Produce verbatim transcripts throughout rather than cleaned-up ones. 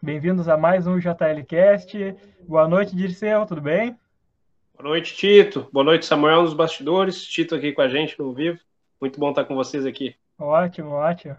bem-vindos a mais um J L Cast. Boa noite, Dirceu, tudo bem? Boa noite, Tito. Boa noite, Samuel nos bastidores. Tito aqui com a gente no vivo. Muito bom estar com vocês aqui. Ótimo, ótimo.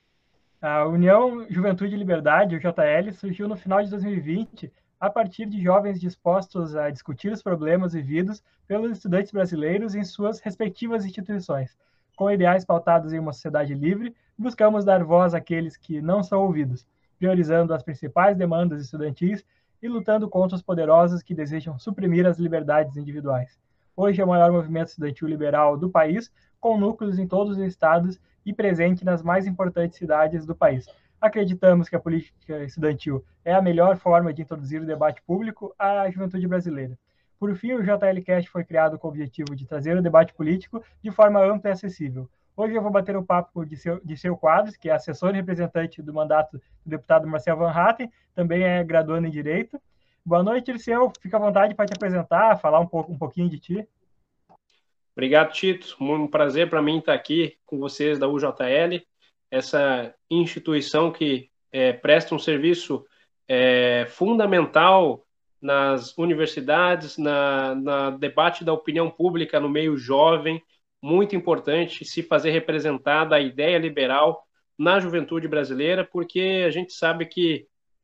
A União Juventude e Liberdade, o J L, surgiu no final de dois mil e vinte a partir de jovens dispostos a discutir os problemas vividos pelos estudantes brasileiros em suas respectivas instituições. Com ideais pautados em uma sociedade livre, buscamos dar voz àqueles que não são ouvidos, priorizando as principais demandas estudantis e lutando contra os poderosos que desejam suprimir as liberdades individuais. Hoje é o maior movimento estudantil liberal do país, com núcleos em todos os estados e presente nas mais importantes cidades do país. Acreditamos que a política estudantil é a melhor forma de introduzir o debate público à juventude brasileira. Por fim, o J L Cast foi criado com o objetivo de trazer o debate político de forma ampla e acessível. Hoje eu vou bater um papo com o Dirceu Quadros, que é assessor e representante do mandato do deputado Marcel Van Hatten, também é graduando em Direito. Boa noite, Dirceu. Fica à vontade para te apresentar, falar um, pouco, um pouquinho de ti. Obrigado, Tito. Um prazer para mim estar aqui com vocês da U J L, essa instituição que é, presta um serviço é, fundamental nas universidades, na, na debate da opinião pública no meio jovem. Muito importante se fazer representar da ideia liberal na juventude brasileira, porque a gente sabe que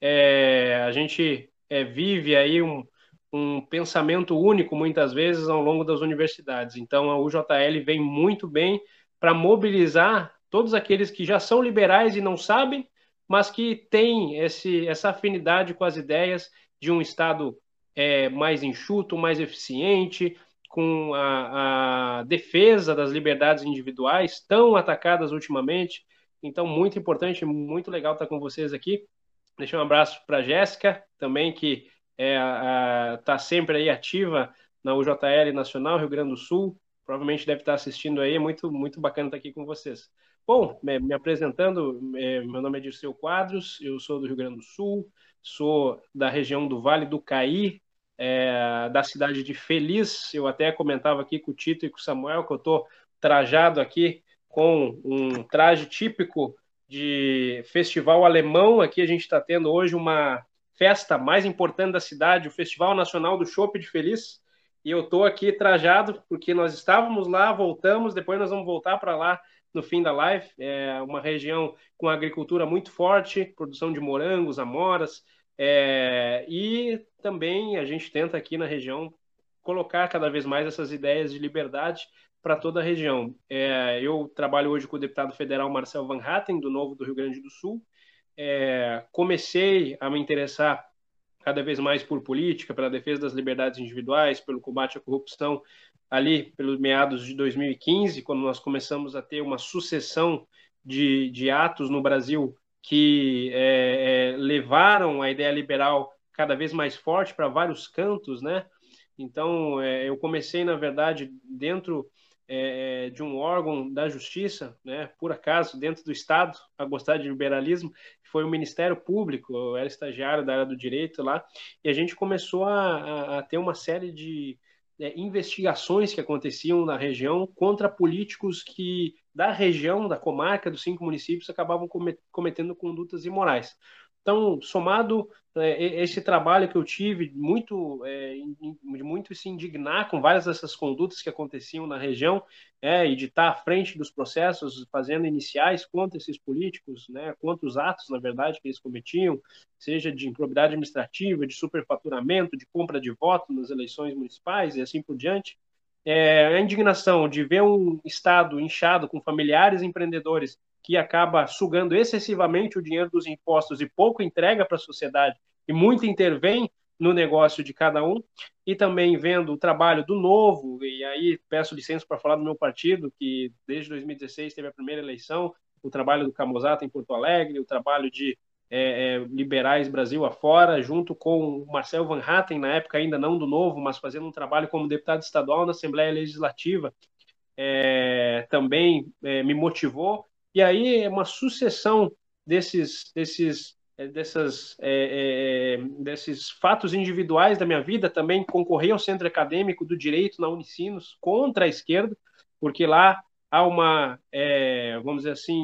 é, a gente é, vive aí um, um pensamento único, muitas vezes, ao longo das universidades. Então, a U J L vem muito bem para mobilizar todos aqueles que já são liberais e não sabem, mas que têm esse, essa afinidade com as ideias de um Estado é, mais enxuto, mais eficiente, com a, a defesa das liberdades individuais tão atacadas ultimamente. Então, muito importante, muito legal estar com vocês aqui. Deixar um abraço para a Jéssica, também, que está é, tá sempre aí ativa na U J L Nacional, Rio Grande do Sul. Provavelmente deve estar assistindo aí. É muito, muito bacana estar aqui com vocês. Bom, me, me apresentando, é, meu nome é Dirceu Quadros, eu sou do Rio Grande do Sul, sou da região do Vale do Caí, é, da cidade de Feliz. Eu até comentava aqui com o Tito e com o Samuel que eu estou trajado aqui com um traje típico de festival alemão. Aqui a gente está tendo hoje uma festa mais importante da cidade, o Festival Nacional do Chopp de Feliz, e eu estou aqui trajado porque nós estávamos lá, voltamos, depois nós vamos voltar para lá no fim da live. É uma região com agricultura muito forte, produção de morangos, amoras, é, e também a gente tenta aqui na região colocar cada vez mais essas ideias de liberdade para toda a região. É, eu trabalho hoje com o deputado federal Marcel Van Hatten, do Novo do Rio Grande do Sul. É, comecei a me interessar cada vez mais por política, pela defesa das liberdades individuais, pelo combate à corrupção, ali pelos meados de dois mil e quinze, quando nós começamos a ter uma sucessão de, de atos no Brasil que é, é, levaram a ideia liberal cada vez mais forte para vários cantos, né? Então, é, eu comecei, na verdade, dentro é, de um órgão da justiça, né, por acaso, dentro do Estado, a gostar de liberalismo, foi o Ministério Público. Eu era estagiário da área do direito lá, e a gente começou a, a, a ter uma série de é, investigações que aconteciam na região contra políticos que, da região, da comarca, dos cinco municípios, acabavam cometendo condutas imorais. Então, somado é, esse trabalho que eu tive muito é, de muito se indignar com várias dessas condutas que aconteciam na região, é, e de estar à frente dos processos, fazendo iniciais contra esses políticos, né, contra os atos, na verdade, que eles cometiam, seja de improbidade administrativa, de superfaturamento, de compra de voto nas eleições municipais e assim por diante. É, a indignação de ver um Estado inchado com familiares empreendedores que acaba sugando excessivamente o dinheiro dos impostos e pouco entrega para a sociedade e muito intervém no negócio de cada um, e também vendo o trabalho do Novo, e aí peço licença para falar do meu partido, que desde dois mil e dezesseis teve a primeira eleição, o trabalho do Camosata em Porto Alegre, o trabalho de é, é, liberais Brasil afora, junto com o Marcel Van Hatten, na época ainda não do Novo, mas fazendo um trabalho como deputado estadual na Assembleia Legislativa, é, também é, me motivou. E aí é uma sucessão desses, desses, é, dessas, é, é, desses fatos individuais da minha vida. Também concorri ao Centro Acadêmico do Direito na Unicinos contra a esquerda, porque lá há uma, é, vamos dizer assim,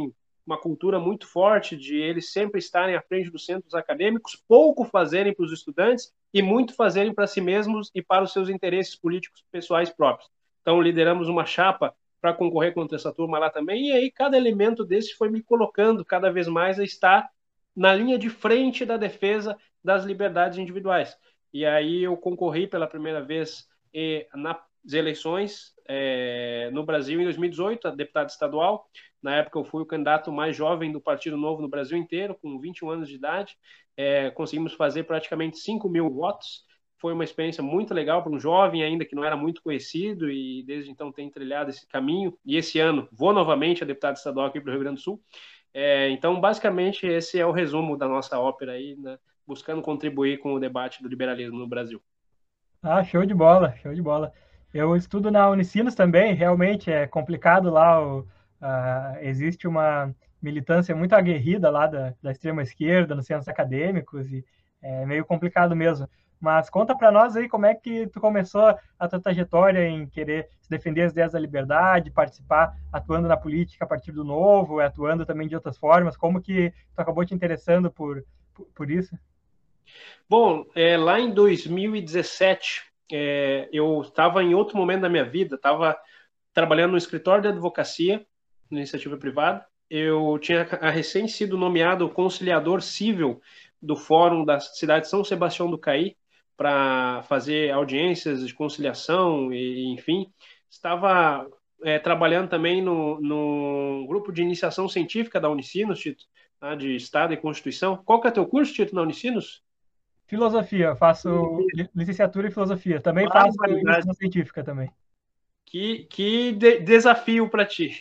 uma cultura muito forte de eles sempre estarem à frente dos centros acadêmicos, pouco fazerem para os estudantes e muito fazerem para si mesmos e para os seus interesses políticos pessoais próprios. Então, lideramos uma chapa para concorrer contra essa turma lá também, e aí cada elemento desse foi me colocando cada vez mais a estar na linha de frente da defesa das liberdades individuais. E aí eu concorri pela primeira vez eh, nas eleições eh, no Brasil em dois mil e dezoito, a deputado estadual. Na época eu fui o candidato mais jovem do Partido Novo no Brasil inteiro, com vinte e um anos de idade. Eh, conseguimos fazer praticamente cinco mil votos. Foi uma experiência muito legal para um jovem ainda que não era muito conhecido e desde então tem trilhado esse caminho. E esse ano vou novamente a deputado estadual aqui para o Rio Grande do Sul. É, então, basicamente, esse é o resumo da nossa ópera aí, né, buscando contribuir com o debate do liberalismo no Brasil. Ah, show de bola, show de bola. Eu estudo na Unicinos também, realmente é complicado lá, o, ah, existe uma militância muito aguerrida lá da, da extrema-esquerda nos centros acadêmicos e é meio complicado mesmo. Mas conta para nós aí como é que tu começou a tua trajetória em querer se defender as ideias da liberdade, participar, atuando na política a partir do novo, atuando também de outras formas, como que tu acabou te interessando por, por, por isso? Bom, é, lá em dois mil e dezessete, é, eu estava em outro momento da minha vida, estava trabalhando no escritório de advocacia, na iniciativa privada. Eu tinha recém sido nomeado conciliador civil do Fórum da cidade de São Sebastião do Caí para fazer audiências de conciliação e, enfim, estava é, trabalhando também no, no grupo de iniciação científica da Unicinos, Tito, tá, de Estado e Constituição. Qual que é teu curso, Tito, na Unicinos? Filosofia, faço licenciatura em filosofia. Também faço Barbaridade. iniciação científica também. Que, que de desafio para ti.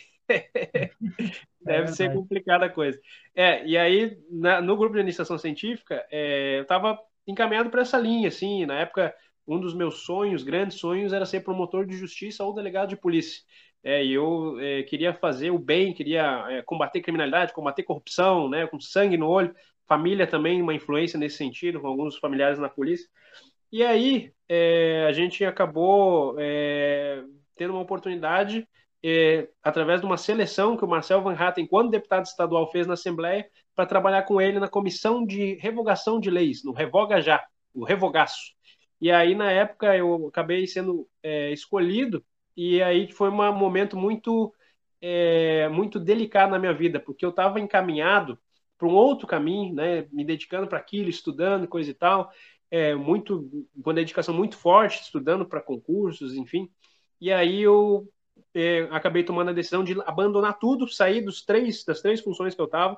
É Deve ser verdade. complicada a coisa. É, e aí, na, no grupo de iniciação científica, é, eu estava encaminhado para essa linha, assim, na época, um dos meus sonhos, grandes sonhos, era ser promotor de justiça ou delegado de polícia. É, e eu é, queria fazer o bem, queria é, combater criminalidade, combater corrupção, né, com sangue no olho. Família também, uma influência nesse sentido, com alguns familiares na polícia. E aí, é, a gente acabou é, tendo uma oportunidade, é, através de uma seleção que o Marcel Van Hatten, quando deputado estadual, fez na Assembleia, para trabalhar com ele na comissão de revogação de leis, no Revoga Já, o Revogaço. E aí, na época, eu acabei sendo é, escolhido, e aí foi um momento muito, é, muito delicado na minha vida, porque eu estava encaminhado para um outro caminho, né, me dedicando para aquilo, estudando, coisa e tal, é, muito, com uma dedicação muito forte, estudando para concursos, enfim. E aí eu é, acabei tomando a decisão de abandonar tudo, sair dos três, das três funções que eu estava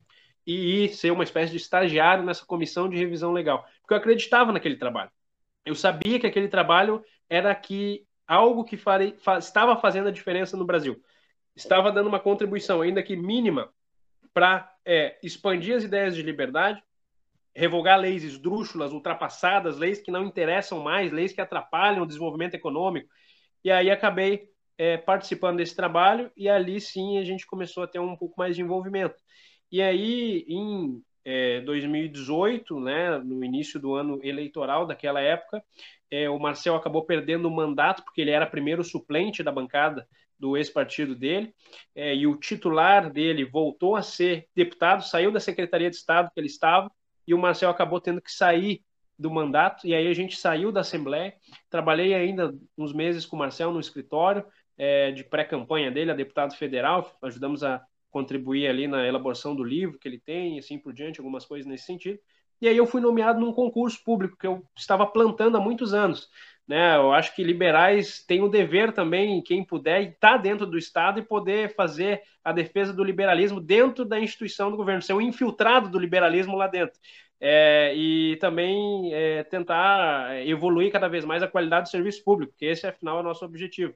e ir ser uma espécie de estagiário nessa comissão de revisão legal. Porque eu acreditava naquele trabalho. Eu sabia que aquele trabalho era que algo que farei, fa, estava fazendo a diferença no Brasil. Estava dando uma contribuição, ainda que mínima, para é, expandir as ideias de liberdade, revogar leis esdrúxulas, ultrapassadas, leis que não interessam mais, leis que atrapalham o desenvolvimento econômico. E aí acabei é, participando desse trabalho e ali sim a gente começou a ter um pouco mais de envolvimento. E aí, em é, dois mil e dezoito, né, no início do ano eleitoral daquela época, é, o Marcel acabou perdendo o mandato porque ele era primeiro suplente da bancada do ex-partido dele, é, e o titular dele voltou a ser deputado, saiu da Secretaria de Estado que ele estava, e o Marcel acabou tendo que sair do mandato, e aí a gente saiu da Assembleia, trabalhei ainda uns meses com o Marcel no escritório é, de pré-campanha dele, a deputado federal, ajudamos a contribuir ali na elaboração do livro que ele tem, e assim por diante, algumas coisas nesse sentido. E aí eu fui nomeado num concurso público que eu estava plantando há muitos anos. Né? Eu acho que liberais têm o dever também, quem puder, estar dentro do Estado e poder fazer a defesa do liberalismo dentro da instituição do governo, ser um infiltrado do liberalismo lá dentro. É, e também é, tentar evoluir cada vez mais a qualidade do serviço público, que esse, afinal, é o nosso objetivo.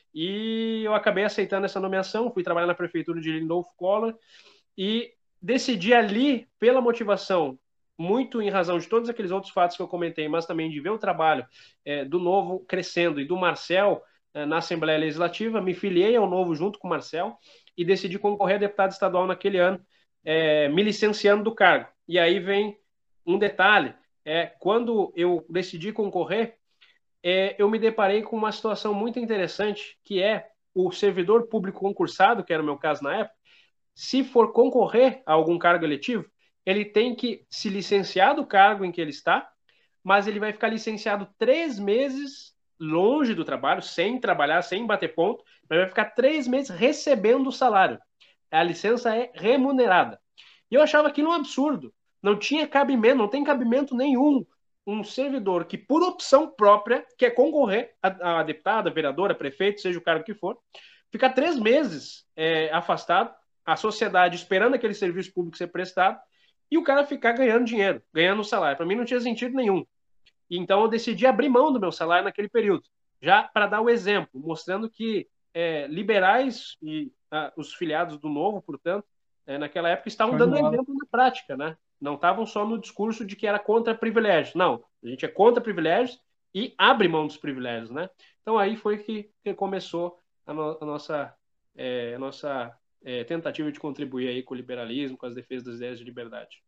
E eu acabei aceitando essa nomeação, fui trabalhar na prefeitura de Lindolfo Collor e decidi ali, pela motivação, muito em razão de todos aqueles outros fatos que eu comentei, mas também de ver o trabalho é, do Novo crescendo e do Marcel é, na Assembleia Legislativa, me filiei ao Novo junto com o Marcel e decidi concorrer a deputado estadual naquele ano, é, me licenciando do cargo. E aí vem um detalhe, é, quando eu decidi concorrer, é, eu me deparei com uma situação muito interessante, que é o servidor público concursado, que era o meu caso na época, se for concorrer a algum cargo eletivo, ele tem que se licenciar do cargo em que ele está, mas ele vai ficar licenciado três meses longe do trabalho, sem trabalhar, sem bater ponto, mas vai ficar três meses recebendo o salário. A licença é remunerada. E eu achava aquilo um absurdo. Não tinha cabimento, não tem cabimento nenhum um servidor que, por opção própria, quer concorrer a, a deputada, a vereadora, a prefeito, seja o cargo que for, ficar três meses é, afastado, a sociedade esperando aquele serviço público ser prestado, e o cara ficar ganhando dinheiro, ganhando salário. Para mim não tinha sentido nenhum. Então eu decidi abrir mão do meu salário naquele período, já para dar o exemplo, mostrando que é, liberais e ah, os filiados do Novo, portanto, é, naquela época estavam Show de dando bola. exemplo na prática, né? Não estavam só no discurso de que era contra privilégios. Não, a gente é contra privilégios e abre mão dos privilégios, né? Então aí foi que, que começou a, no, a nossa, é, a nossa é, tentativa de contribuir aí com o liberalismo, com as defesas das ideias de liberdade.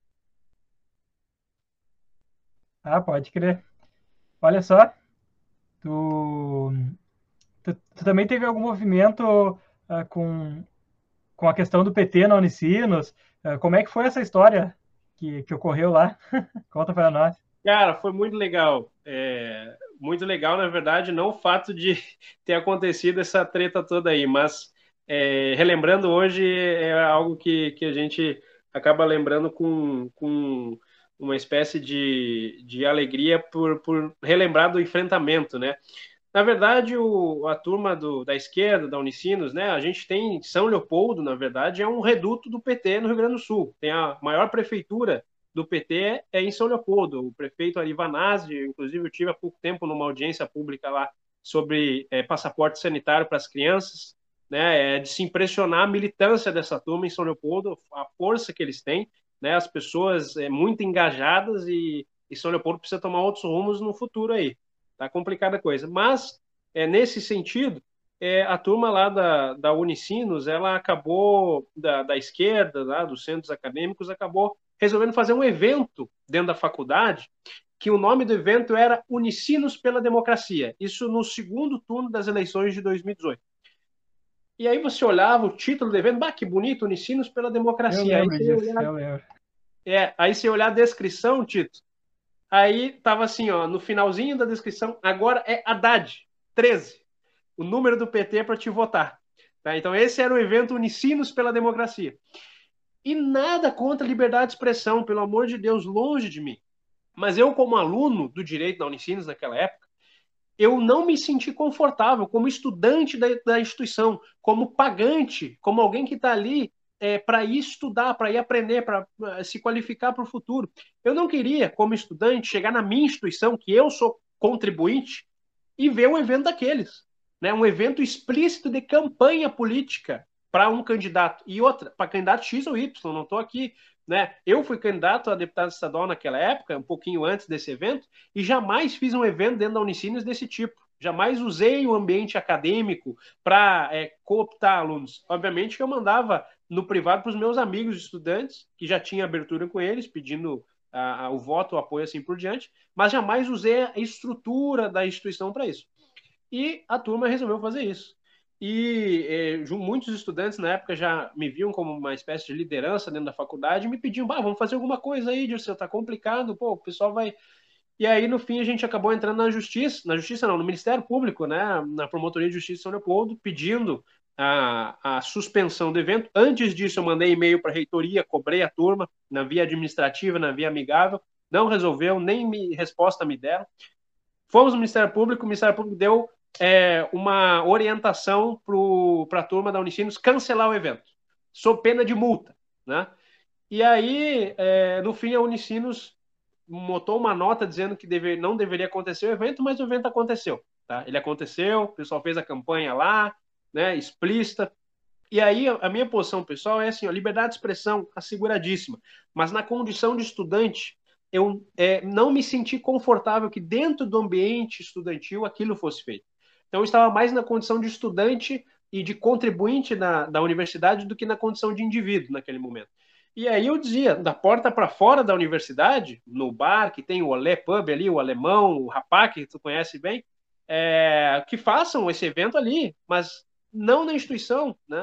Ah, pode crer. Olha só, tu, tu, tu também teve algum movimento uh, com, com a questão do P T na Unicinos? Uh, como é que foi essa história que, que ocorreu lá? Conta para nós. Cara, foi muito legal. É, muito legal, na verdade, não o fato de ter acontecido essa treta toda aí, mas é, relembrando hoje é algo que, que a gente acaba lembrando com, com uma espécie de, de alegria por, por relembrar do enfrentamento, né? Na verdade, o, a turma do, da esquerda, da Unicinos, né? A gente tem São Leopoldo, na verdade, é um reduto do P T no Rio Grande do Sul. Tem a maior prefeitura do P T é em São Leopoldo. O prefeito Ari Vanazzi, inclusive, eu tive há pouco tempo numa audiência pública lá sobre é, passaporte sanitário para as crianças, né? É de se impressionar a militância dessa turma em São Leopoldo, a força que eles têm, né? As pessoas é, muito engajadas e, e São Leopoldo precisa tomar outros rumos no futuro aí. Tá complicada a coisa. Mas, é, nesse sentido, é, a turma lá da, da Unicinos, ela acabou, da, da esquerda, lá, dos centros acadêmicos, acabou resolvendo fazer um evento dentro da faculdade, que o nome do evento era Unicinos pela Democracia. Isso no segundo turno das eleições de dois mil e dezoito. E aí você olhava o título do evento, bah, que bonito, Unicinos pela Eu Democracia. Aí lembro você disso, olhar, eu lembro. é, aí você olhar a descrição, Tito, aí tava assim, ó, no finalzinho da descrição, agora é Haddad, treze, o número do P T para te votar. Tá? Então esse era o evento Unicinos pela Democracia. E nada contra a liberdade de expressão, pelo amor de Deus, longe de mim. Mas eu, como aluno do direito da Unicinos naquela época, eu não me senti confortável como estudante da, da instituição, como pagante, como alguém que está ali é, para ir estudar, para ir aprender, para uh, se qualificar para o futuro. Eu não queria, como estudante, chegar na minha instituição, que eu sou contribuinte, e ver um evento daqueles. Né? Um evento explícito de campanha política para um candidato. E outra, para candidato X ou Y, não estou aqui. Né? Eu fui candidato a deputado estadual naquela época, um pouquinho antes desse evento, e jamais fiz um evento dentro da Unicinos desse tipo. Jamais usei o ambiente acadêmico para é, cooptar alunos. Obviamente que eu mandava no privado para os meus amigos estudantes, que já tinha abertura com eles, pedindo a, a, o voto, o apoio assim por diante, mas jamais usei a estrutura da instituição para isso. E a turma resolveu fazer isso. E eh, muitos estudantes na época já me viam como uma espécie de liderança dentro da faculdade e me pediam, bah, vamos fazer alguma coisa aí, Dirceu, tá complicado, pô, o pessoal vai... E aí, no fim, a gente acabou entrando na justiça, na justiça não, no Ministério Público, né, na Promotoria de Justiça de São Leopoldo, pedindo a, a suspensão do evento. Antes disso, eu mandei e-mail para a reitoria, cobrei a turma, na via administrativa, na via amigável, não resolveu, nem me, resposta me deram. Fomos no Ministério Público, o Ministério Público deu é, uma orientação para a turma da Unicinos cancelar o evento, sob pena de multa. Né? E aí, é, no fim, a Unicinos botou uma nota dizendo que deve, não deveria acontecer o evento, mas o evento aconteceu. Tá? Ele aconteceu, o pessoal fez a campanha lá, né, explícita. E aí, a minha posição, pessoal, é assim, ó, liberdade de expressão asseguradíssima, mas na condição de estudante, eu é, não me senti confortável que dentro do ambiente estudantil aquilo fosse feito. Então, eu estava mais na condição de estudante e de contribuinte na, da universidade do que na condição de indivíduo naquele momento. E aí eu dizia, da porta para fora da universidade, no bar, que tem o Olé Pub ali, o Alemão, o Rapá, que tu conhece bem, é, que façam esse evento ali, mas não na instituição, né?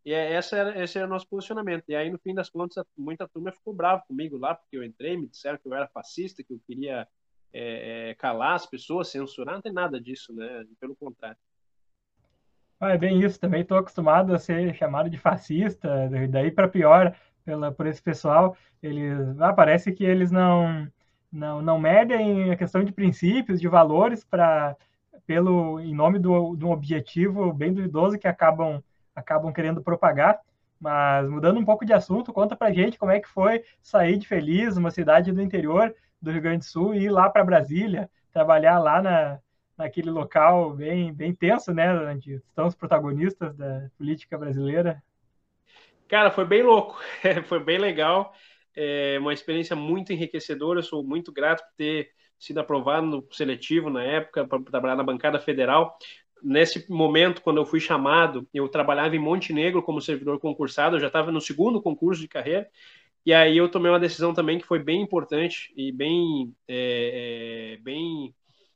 E é, essa era, esse era o nosso posicionamento. E aí, no fim das contas, muita turma ficou brava comigo lá, porque eu entrei, me disseram que eu era fascista, que eu queria é, é, calar as pessoas, censurar. Não tem nada disso, né? Pelo contrário. Ah, é bem isso, também estou acostumado a ser chamado de fascista, daí para pior pela, por esse pessoal. Eles, ah, parece que eles não, não, não medem a questão de princípios, de valores, para pelo em nome do, de um objetivo bem duvidoso que acabam, acabam querendo propagar. Mas mudando um pouco de assunto, conta pra gente como é que foi sair de Feliz, uma cidade do interior do Rio Grande do Sul, e ir lá para Brasília, trabalhar lá na, naquele local bem, bem tenso, né? Onde estão os protagonistas da política brasileira. Cara, foi bem louco, foi bem legal, é uma experiência muito enriquecedora. Eu sou muito grato por ter sido aprovado no seletivo na época para trabalhar na bancada federal. Nesse momento, quando eu fui chamado, eu trabalhava em Montenegro como servidor concursado, eu já estava no segundo concurso de carreira, e aí eu tomei uma decisão também que foi bem importante e bem, é, é, bem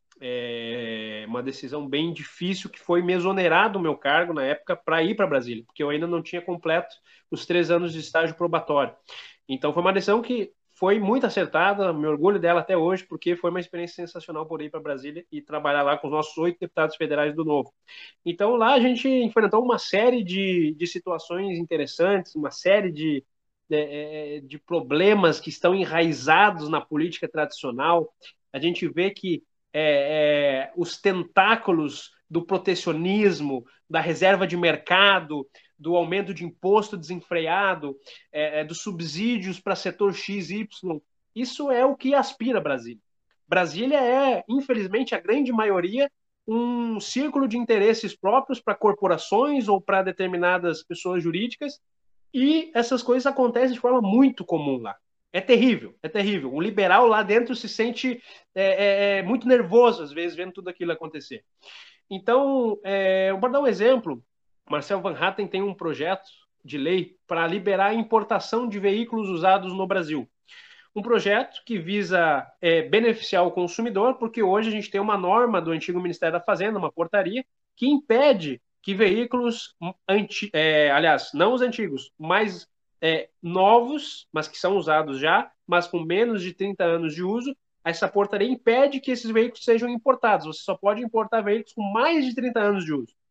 é, uma decisão bem difícil, que foi me exonerar do meu cargo na época para ir para Brasília, porque eu ainda não tinha completo os três anos de estágio probatório. Então foi uma decisão que foi muito acertada, me orgulho dela até hoje, porque foi uma experiência sensacional por ir para Brasília e trabalhar lá com os nossos oito deputados federais do Novo. Então lá a gente enfrentou uma série de, de situações interessantes, uma série de, de, de problemas que estão enraizados na política tradicional. A gente vê que é, é, os tentáculos do protecionismo, da reserva de mercado, do aumento de imposto desenfreado, é, é, dos subsídios para setor X, Y. Isso é o que aspira Brasília. Brasília é, infelizmente, a grande maioria, um círculo de interesses próprios para corporações ou para determinadas pessoas jurídicas, e essas coisas acontecem de forma muito comum lá. É terrível, é terrível. O liberal lá dentro se sente é, é, é muito nervoso, às vezes, vendo tudo aquilo acontecer. Então, é, para dar um exemplo, Marcel Van Hatten tem um projeto de lei para liberar a importação de veículos usados no Brasil. Um projeto que visa é, beneficiar o consumidor, porque hoje a gente tem uma norma do antigo Ministério da Fazenda, uma portaria, que impede que veículos, anti, é, aliás, não os antigos, mas é, novos, mas que são usados já, mas com menos de trinta anos de uso, essa portaria impede que esses veículos sejam importados. Você só pode importar veículos com mais de trinta anos de uso.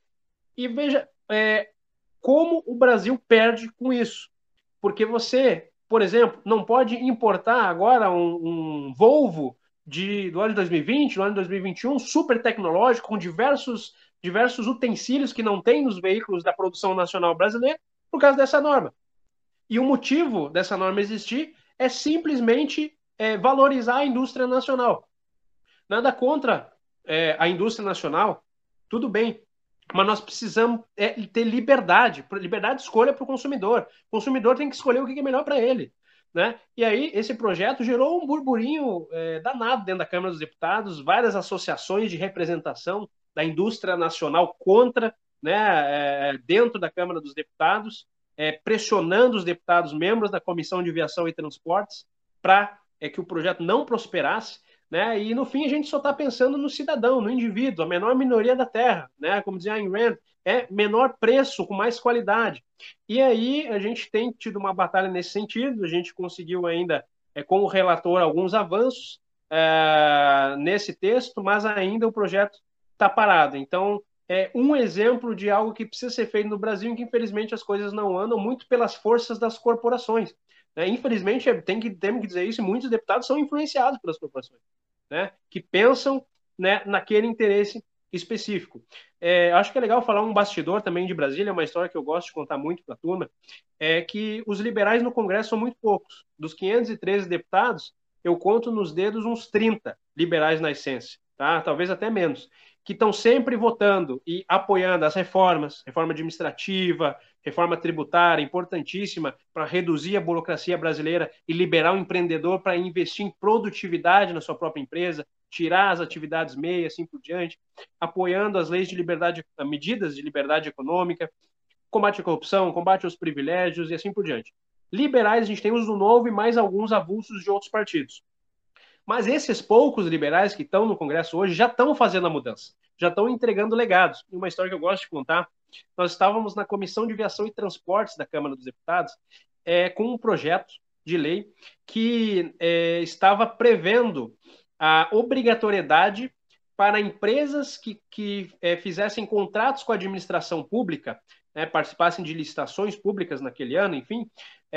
E veja é, como o Brasil perde com isso. Porque você, por exemplo, não pode importar agora um, um Volvo de, do ano de dois mil e vinte, do ano de dois mil e vinte e um, super tecnológico, com diversos, diversos utensílios que não tem nos veículos da produção nacional brasileira, por causa dessa norma. E o motivo dessa norma existir é simplesmente é, valorizar a indústria nacional. Nada contra é, a indústria nacional, tudo bem, mas nós precisamos é, ter liberdade, liberdade de escolha para o consumidor. O consumidor tem que escolher o que é melhor para ele. Né? E aí, esse projeto gerou um burburinho é, danado dentro da Câmara dos Deputados, várias associações de representação da indústria nacional contra, né, é, dentro da Câmara dos Deputados, é, pressionando os deputados membros da Comissão de Viação e Transportes para é, que o projeto não prosperasse. Né? E no fim a gente só está pensando no cidadão, no indivíduo, a menor minoria da terra, né? Como dizia Ayn Rand, é menor preço com mais qualidade. E aí a gente tem tido uma batalha nesse sentido, a gente conseguiu ainda, é, com o relator, alguns avanços é, nesse texto, mas ainda o projeto está parado. Então, é um exemplo de algo que precisa ser feito no Brasil, em que infelizmente as coisas não andam muito pelas forças das corporações. Né? Infelizmente, tem que, temos que dizer isso, e muitos deputados são influenciados pelas corporações, né? Que pensam, né, naquele interesse específico. É, acho que é legal falar um bastidor também de Brasília, uma história que eu gosto de contar muito para a turma, é que os liberais no Congresso são muito poucos. Dos quinhentos e treze deputados, eu conto nos dedos uns trinta liberais na essência, tá? Talvez até menos, que estão sempre votando e apoiando as reformas, reforma administrativa, reforma tributária, importantíssima para reduzir a burocracia brasileira e liberar o empreendedor para investir em produtividade na sua própria empresa, tirar as atividades meia, assim por diante, apoiando as leis de liberdade, medidas de liberdade econômica, combate à corrupção, combate aos privilégios e assim por diante. Liberais, a gente tem os do Novo e mais alguns avulsos de outros partidos. Mas esses poucos liberais que estão no Congresso hoje já estão fazendo a mudança, já estão entregando legados. E uma história que eu gosto de contar nós estávamos na Comissão de Viação e Transportes da Câmara dos Deputados é, com um projeto de lei que é, estava prevendo a obrigatoriedade para empresas que, que é, fizessem contratos com a administração pública, né, participassem de licitações públicas naquele ano, enfim,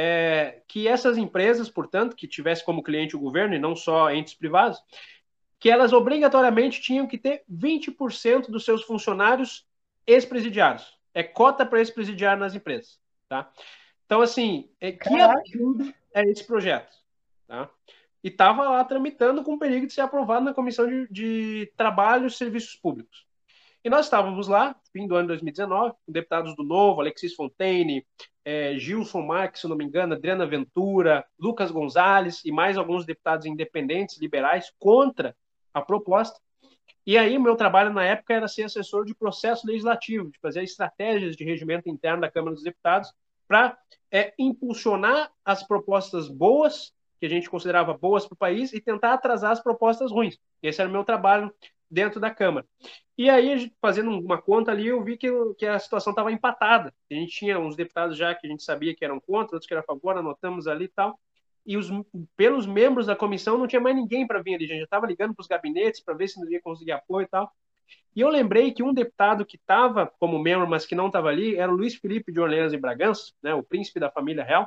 é, que essas empresas, portanto, que tivessem como cliente o governo e não só entes privados, que elas obrigatoriamente tinham que ter vinte por cento dos seus funcionários ex-presidiários. É cota para ex-presidiário nas empresas. Tá? Então, assim, é, que absurdo é esse projeto. Tá? E estava lá tramitando com perigo de ser aprovado na Comissão de, de Trabalho e Serviços Públicos. E nós estávamos lá, fim do ano de dois mil e dezenove, com deputados do Novo, Alexis Fontaine, é, Gilson Marques, se não me engano, Adriana Ventura, Lucas Gonzalez e mais alguns deputados independentes, liberais, contra a proposta. E aí, meu trabalho na época era ser assessor de processo legislativo, de fazer estratégias de regimento interno da Câmara dos Deputados para é, impulsionar as propostas boas, que a gente considerava boas para o país, e tentar atrasar as propostas ruins. Esse era o meu trabalho dentro da Câmara. E aí, fazendo uma conta ali, eu vi que, que a situação estava empatada. A gente tinha uns deputados já que a gente sabia que eram contra, outros que eram a favor, anotamos ali e tal. E os, pelos membros da comissão não tinha mais ninguém para vir ali. A gente já estava ligando para os gabinetes para ver se não ia conseguir apoio e tal. E eu lembrei que um deputado que estava como membro, mas que não estava ali, era o Luiz Felipe de Orleans e Bragança, né, o príncipe da família real,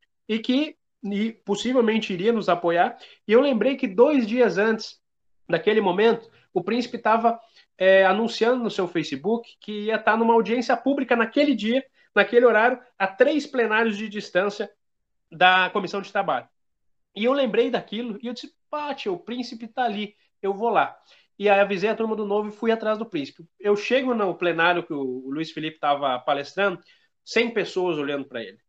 e que e possivelmente iria nos apoiar. E eu lembrei que dois dias antes daquele momento, o príncipe estava é, anunciando no seu Facebook que ia estar numa audiência pública naquele dia, naquele horário, a três plenários de distância da Comissão de Trabalho. E eu lembrei daquilo e eu disse, pá, tia, o príncipe está ali, eu vou lá. E aí avisei a turma do Novo e fui atrás do príncipe. Eu chego no plenário que o Luiz Felipe estava palestrando, cem pessoas olhando para ele.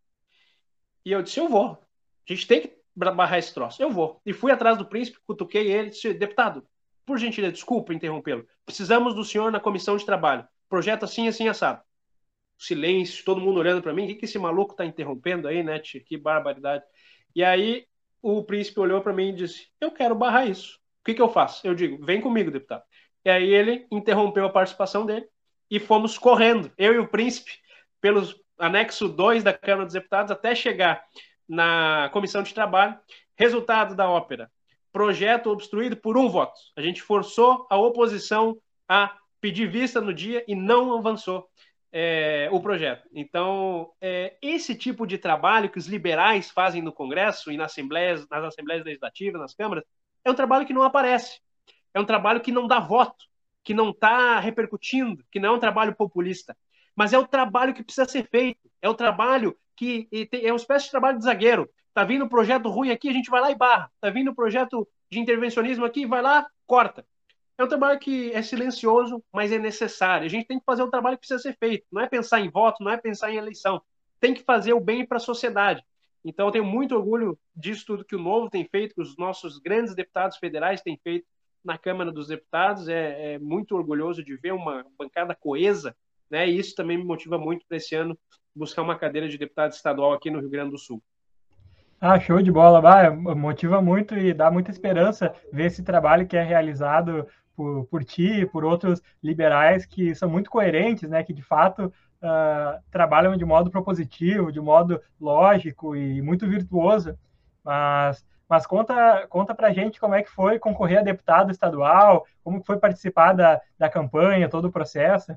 E eu disse, eu vou. A gente tem que barrar esse troço. Eu vou. E fui atrás do príncipe, cutuquei ele, disse, deputado, por gentileza, desculpa interrompê-lo. Precisamos do senhor na comissão de trabalho. Projeto assim, assim, assado. Silêncio, todo mundo olhando para mim. O que, que esse maluco tá interrompendo aí, né, tia? Que barbaridade. E aí o príncipe olhou para mim e disse, eu quero barrar isso. O que, que eu faço? Eu digo, vem comigo, deputado. E aí ele interrompeu a participação dele e fomos correndo, eu e o príncipe, pelos anexo dois da Câmara dos Deputados até chegar na Comissão de Trabalho. Resultado da ópera. Projeto obstruído por um voto. A gente forçou a oposição a pedir vista no dia e não avançou é, o projeto. Então, é, esse tipo de trabalho que os liberais fazem no Congresso e nas assembleias, nas assembleias legislativas, nas câmaras, é um trabalho que não aparece. É um trabalho que não dá voto, que não está repercutindo, que não é um trabalho populista. Mas é o trabalho que precisa ser feito. É o trabalho que é uma espécie de trabalho de zagueiro. Está vindo um projeto ruim aqui, a gente vai lá e barra. Está vindo um projeto de intervencionismo aqui, vai lá, corta. É um trabalho que é silencioso, mas é necessário. A gente tem que fazer o trabalho que precisa ser feito. Não é pensar em voto, não é pensar em eleição. Tem que fazer o bem para a sociedade. Então, eu tenho muito orgulho disso tudo que o Novo tem feito, que os nossos grandes deputados federais têm feito na Câmara dos Deputados. É, é muito orgulhoso de ver uma bancada coesa, né? E isso também me motiva muito para esse ano buscar uma cadeira de deputado estadual aqui no Rio Grande do Sul. Ah, show de bola, vai, motiva muito e dá muita esperança ver esse trabalho que é realizado por, por ti e por outros liberais que são muito coerentes, né, que de fato uh, trabalham de modo propositivo, de modo lógico e muito virtuoso. Mas, mas conta, conta pra gente como é que foi concorrer a deputado estadual, como foi participar da, da campanha, todo o processo.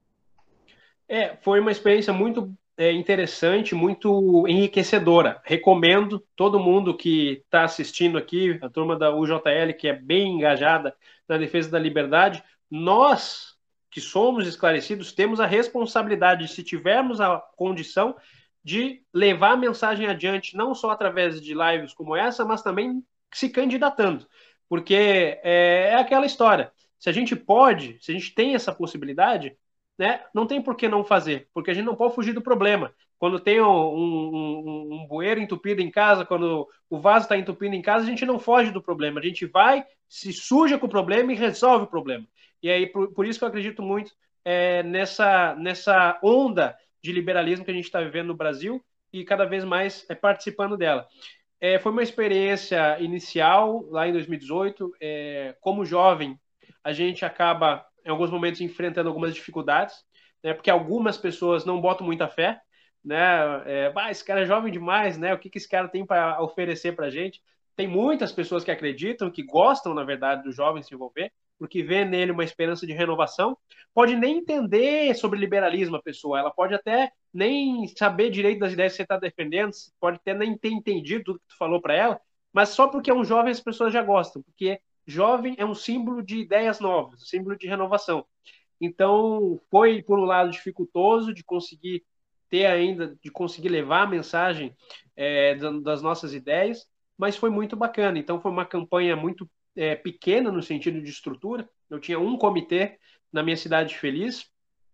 É, foi uma experiência muito é, interessante, muito enriquecedora. Recomendo todo mundo que está assistindo aqui, a turma da U J L, que é bem engajada na defesa da liberdade. Nós, que somos esclarecidos, temos a responsabilidade, se tivermos a condição, de levar a mensagem adiante, não só através de lives como essa, mas também se candidatando. Porque é, é aquela história. Se a gente pode, se a gente tem essa possibilidade, né, não tem por que não fazer, porque a gente não pode fugir do problema. Quando tem um, um, um bueiro entupido em casa, quando o vaso está entupido em casa, a gente não foge do problema, a gente vai, se suja com o problema e resolve o problema. E aí, por, por isso que eu acredito muito é, nessa, nessa onda de liberalismo que a gente está vivendo no Brasil e cada vez mais é, participando dela. É, foi uma experiência inicial, lá em dois mil e dezoito, é, como jovem, a gente acaba em alguns momentos enfrentando algumas dificuldades, né? Porque algumas pessoas não botam muita fé, né? É, bah, esse cara é jovem demais, né? O que, que esse cara tem para oferecer para a gente? Tem muitas pessoas que acreditam, que gostam, na verdade, do jovem se envolver, porque vê nele uma esperança de renovação. Pode nem entender sobre liberalismo a pessoa, ela pode até nem saber direito das ideias que você está defendendo, pode até nem ter entendido tudo que tu falou para ela, mas só porque é um jovem as pessoas já gostam, porque jovem é um símbolo de ideias novas, um símbolo de renovação. Então, foi, por um lado, dificultoso de conseguir ter ainda, de conseguir levar a mensagem é, das nossas ideias, mas foi muito bacana. Então, foi uma campanha muito é, pequena no sentido de estrutura. Eu tinha um comitê na minha cidade feliz,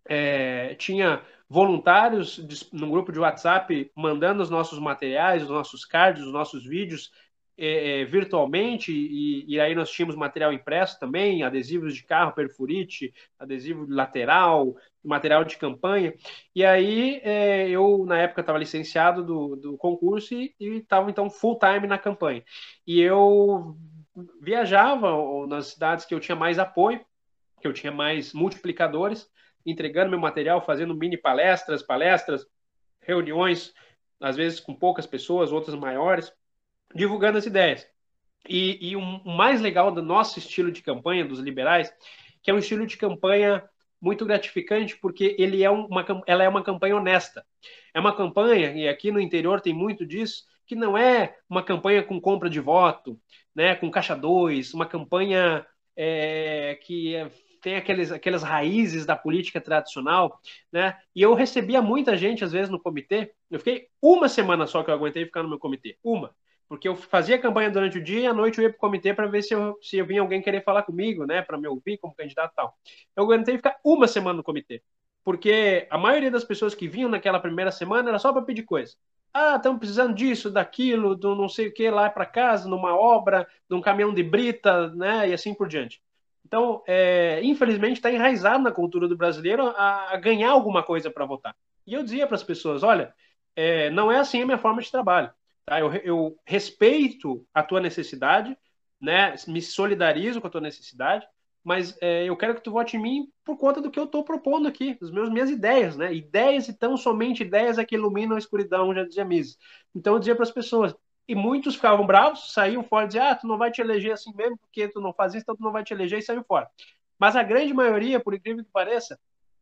é, tinha voluntários no grupo de WhatsApp mandando os nossos materiais, os nossos cards, os nossos vídeos é, é, virtualmente, e, e aí nós tínhamos material impresso também, adesivos de carro, perfurite, adesivo lateral, material de campanha. E aí é, eu, na época, estava licenciado do, do concurso e estava, então, full time na campanha. E eu viajava nas cidades que eu tinha mais apoio, que eu tinha mais multiplicadores, entregando meu material, fazendo mini palestras, palestras, reuniões, às vezes com poucas pessoas, outras maiores, divulgando as ideias. E, e o mais legal do nosso estilo de campanha, dos liberais, que é um estilo de campanha muito gratificante, porque ele é uma, ela é uma campanha honesta. É uma campanha, e aqui no interior tem muito disso, que não é uma campanha com compra de voto, né, com caixa dois, uma campanha é, que é, tem aqueles, aquelas raízes da política tradicional, né? E eu recebia muita gente, às vezes, no comitê. Eu fiquei uma semana só que eu aguentei ficar no meu comitê. Uma. Porque eu fazia campanha durante o dia e à noite eu ia para o comitê para ver se eu, se eu vinha alguém querer falar comigo, né? Para me ouvir como candidato e tal. Eu aguentei ficar uma semana no comitê. Porque a maioria das pessoas que vinham naquela primeira semana era só para pedir coisa. Ah, estamos precisando disso, daquilo, do não sei o que lá para casa, numa obra, num caminhão de brita, né? E assim por diante. Então, é, infelizmente, está enraizado na cultura do brasileiro a, a ganhar alguma coisa para votar. E eu dizia para as pessoas: olha, é, não é assim a minha forma de trabalho. Tá? Eu, eu respeito a tua necessidade, né? Me solidarizo com a tua necessidade, mas é, eu quero que tu vote em mim por conta do que eu estou propondo aqui, das meus, minhas ideias. Né? Ideias e tão somente ideias é que iluminam a escuridão, já dizia Mises. Então eu dizia para as pessoas, e muitos ficavam bravos, saíam fora e diziam: ah, tu não vai te eleger assim mesmo, porque tu não faz isso, então tu não vai te eleger, e saiu fora. Mas a grande maioria, por incrível que pareça,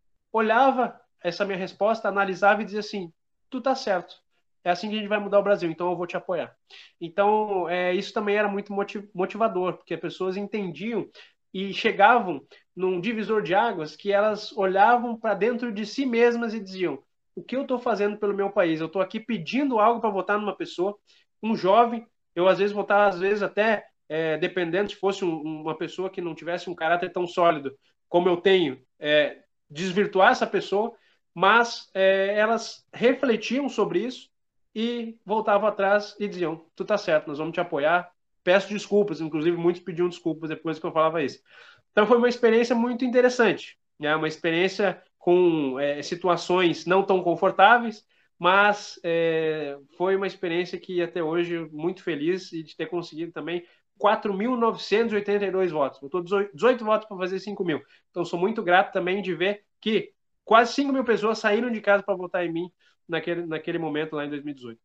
olhava essa minha resposta, analisava e dizia assim: tu tá certo, é assim que a gente vai mudar o Brasil, então eu vou te apoiar. Então, é, isso também era muito motivador, porque as pessoas entendiam e chegavam num divisor de águas que elas olhavam para dentro de si mesmas e diziam: o que eu estou fazendo pelo meu país? Eu estou aqui pedindo algo para votar numa pessoa, um jovem, eu às vezes votava, às vezes até, é, dependendo se fosse um, uma pessoa que não tivesse um caráter tão sólido como eu tenho, é, desvirtuar essa pessoa, mas é, elas refletiam sobre isso e voltavam atrás e diziam: tu tá certo, nós vamos te apoiar, peço desculpas, inclusive muitos pediam desculpas depois que eu falava isso. Então foi uma experiência muito interessante, né? Uma experiência com é, situações não tão confortáveis, mas é, foi uma experiência que até hoje muito feliz e de ter conseguido também quatro mil novecentos e oitenta e dois votos. Eu estou dezoito votos para fazer cinco mil. Então sou muito grato também de ver que quase cinco mil pessoas saíram de casa para votar em mim naquele, naquele momento lá em dois mil e dezoito.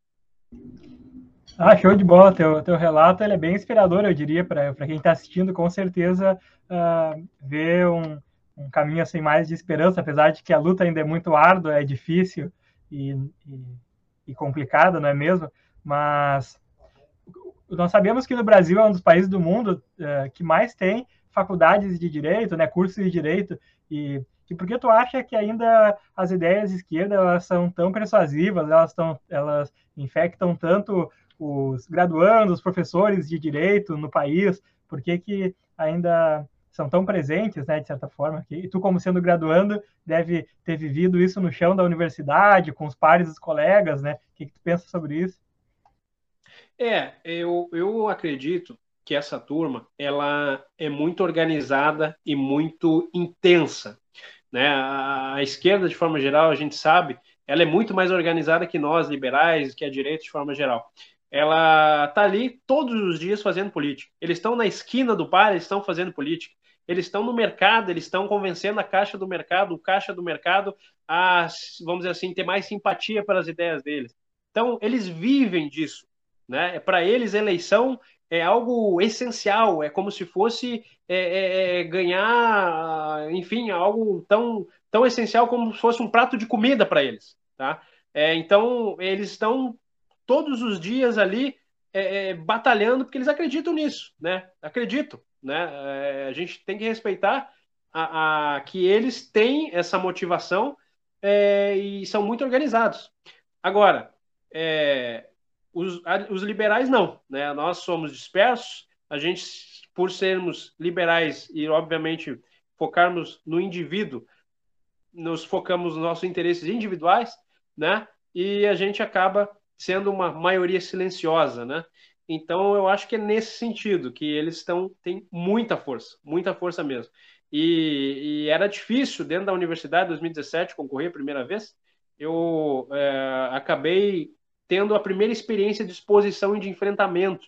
Ah, show de bola. Teu, teu relato ele é bem inspirador, eu diria, para quem está assistindo, com certeza, uh, ver um, um caminho assim mais de esperança, apesar de que a luta ainda é muito árdua, é difícil e, e, e complicada, não é mesmo? Mas nós sabemos que no Brasil é um dos países do mundo uh, que mais tem faculdades de direito, né, cursos de direito, e, e por que tu acha que ainda as ideias de esquerda elas são tão persuasivas, elas, tão, elas infectam tanto os graduandos, os professores de direito no país, por que que ainda são tão presentes, né, de certa forma? E tu, como sendo graduando, deve ter vivido isso no chão da universidade, com os pares dos colegas, né? O que que tu pensa sobre isso? É, eu, eu acredito que essa turma ela é muito organizada e muito intensa, né? A, a esquerda, de forma geral, a gente sabe, ela é muito mais organizada que nós, liberais, que a direita, de forma geral. Ela está ali todos os dias fazendo política. Eles estão na esquina do bar, eles estão fazendo política. eles estão no mercado, eles estão convencendo a caixa do mercado, o caixa do mercado a, vamos dizer assim, ter mais simpatia pelas ideias deles. Então, eles vivem disso, né? Para eles, eleição é algo essencial, é como se fosse é, é, é ganhar, enfim, algo tão, tão essencial como se fosse um prato de comida para eles, tá? É, então, eles estão todos os dias ali é, é, batalhando porque eles acreditam nisso, né? Acreditam, né? É, a gente tem que respeitar a, a, que eles têm essa motivação é, e são muito organizados. Agora, é, os, os liberais não, né? Nós somos dispersos, a gente, por sermos liberais e, obviamente, focarmos no indivíduo, nos focamos nos nossos interesses individuais, né? E a gente acaba sendo uma maioria silenciosa, né? Então, eu acho que é nesse sentido que eles estão têm muita força, muita força mesmo. E, e era difícil, dentro da universidade, em dois mil e dezessete, concorrer a primeira vez. Eu é, acabei tendo a primeira experiência de exposição e de enfrentamento.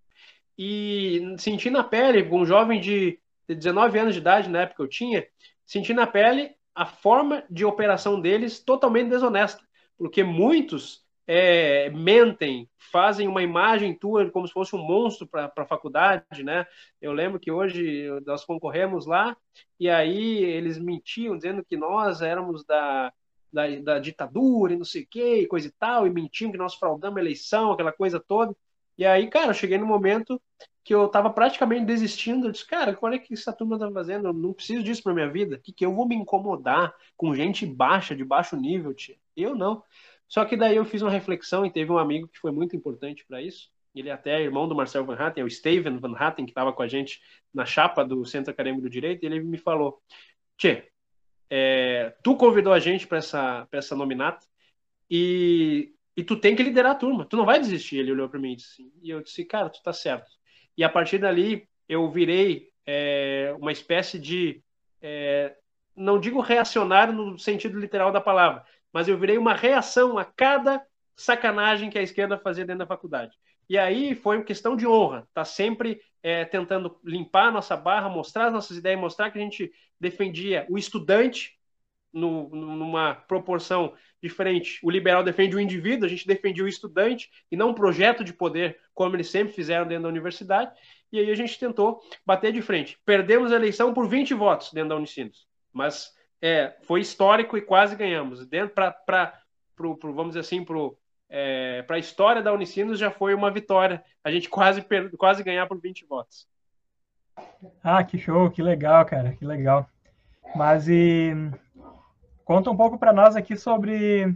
E senti na pele, um jovem de dezenove anos de idade, na época eu tinha, senti na pele a forma de operação deles totalmente desonesta, porque muitos é, mentem, fazem uma imagem tua como se fosse um monstro para a faculdade, né? Eu lembro que hoje nós concorremos lá e aí eles mentiam dizendo que nós éramos da, da, da ditadura e não sei o que, e coisa e tal, e mentiam que nós fraudamos a eleição, aquela coisa toda. E aí, cara, eu cheguei no momento que eu tava praticamente desistindo. Eu disse, cara, qual é que essa turma tá fazendo? Eu não preciso disso pra minha vida. Que, que eu vou me incomodar com gente baixa, de baixo nível, tia? Eu não. Só que daí eu fiz uma reflexão e teve um amigo que foi muito importante para isso. Ele até é irmão do Marcel Van Hatten, é o Steven Van Hatten, que estava com a gente na chapa do Centro Acadêmico do Direito, e ele me falou, tchê, é, tu convidou a gente para essa, pra essa nominata e, e tu tem que liderar a turma, tu não vai desistir. Ele olhou para mim e disse assim, e eu disse, cara, tu tá certo. E a partir dali eu virei é, uma espécie de, é, não digo reacionário no sentido literal da palavra, mas eu virei uma reação a cada sacanagem que a esquerda fazia dentro da faculdade. E aí foi uma questão de honra, tá sempre é, tentando limpar a nossa barra, mostrar as nossas ideias, mostrar que a gente defendia o estudante no, numa proporção diferente. O liberal defende o indivíduo, a gente defendia o estudante e não um projeto de poder, como eles sempre fizeram dentro da universidade. E aí a gente tentou bater de frente. Perdemos a eleição por vinte votos dentro da Unicinos, mas é, foi histórico e quase ganhamos. Dentro para, vamos dizer assim, para é, a história da Unicinos já foi uma vitória. A gente quase, quase ganhar por vinte votos. Ah, que show, que legal, cara, que legal. Mas e conta um pouco para nós aqui sobre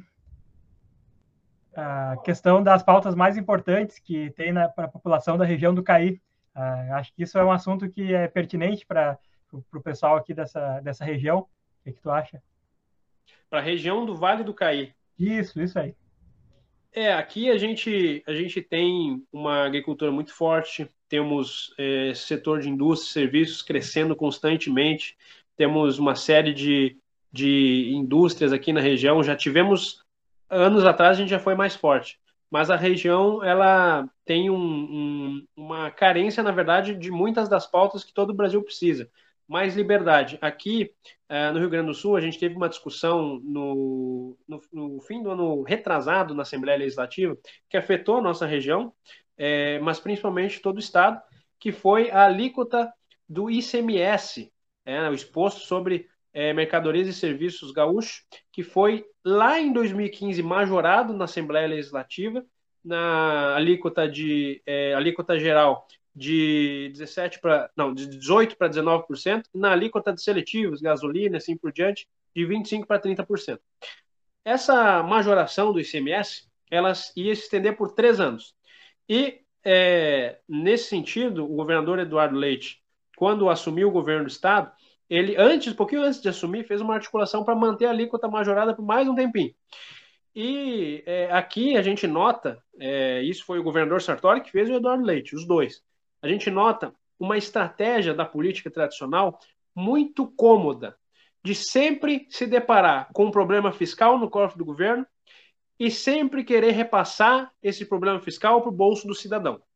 a questão das pautas mais importantes que tem para a população da região do Caí. Ah, acho que isso é um assunto que é pertinente para o pessoal aqui dessa, dessa região. O que, que tu acha? Para a região do Vale do Caí. Isso, isso aí. É, aqui a gente, a gente tem uma agricultura muito forte, temos é, setor de indústria e serviços crescendo constantemente, temos uma série de, de indústrias aqui na região, já tivemos, anos atrás a gente já foi mais forte, mas a região ela tem um, um, uma carência, na verdade, de muitas das pautas que todo o Brasil precisa. Mais liberdade. Aqui, uh, no Rio Grande do Sul, a gente teve uma discussão no, no, no fim do ano retrasado na Assembleia Legislativa, que afetou a nossa região, é, mas principalmente todo o Estado, que foi a alíquota do I C M S, é, o Imposto sobre é, Mercadorias e Serviços Gaúcho, que foi lá em dois mil e quinze majorado na Assembleia Legislativa, na alíquota, de, é, alíquota geral de dezessete para não, de dezoito para dezenove por cento, e na alíquota de seletivos, gasolina, assim por diante, de vinte e cinco para trinta por cento. Essa majoração do I C M S, ela ia se estender por três anos. E, é, nesse sentido, o governador Eduardo Leite, quando assumiu o governo do estado, ele, antes, um pouquinho antes de assumir, fez uma articulação para manter a alíquota majorada por mais um tempinho. E é, aqui a gente nota, é, isso foi o governador Sartori que fez e o Eduardo Leite, os dois. A gente nota uma estratégia da política tradicional muito cômoda, de sempre se deparar com um problema fiscal no cofre do governo e sempre querer repassar esse problema fiscal para o bolso do cidadão.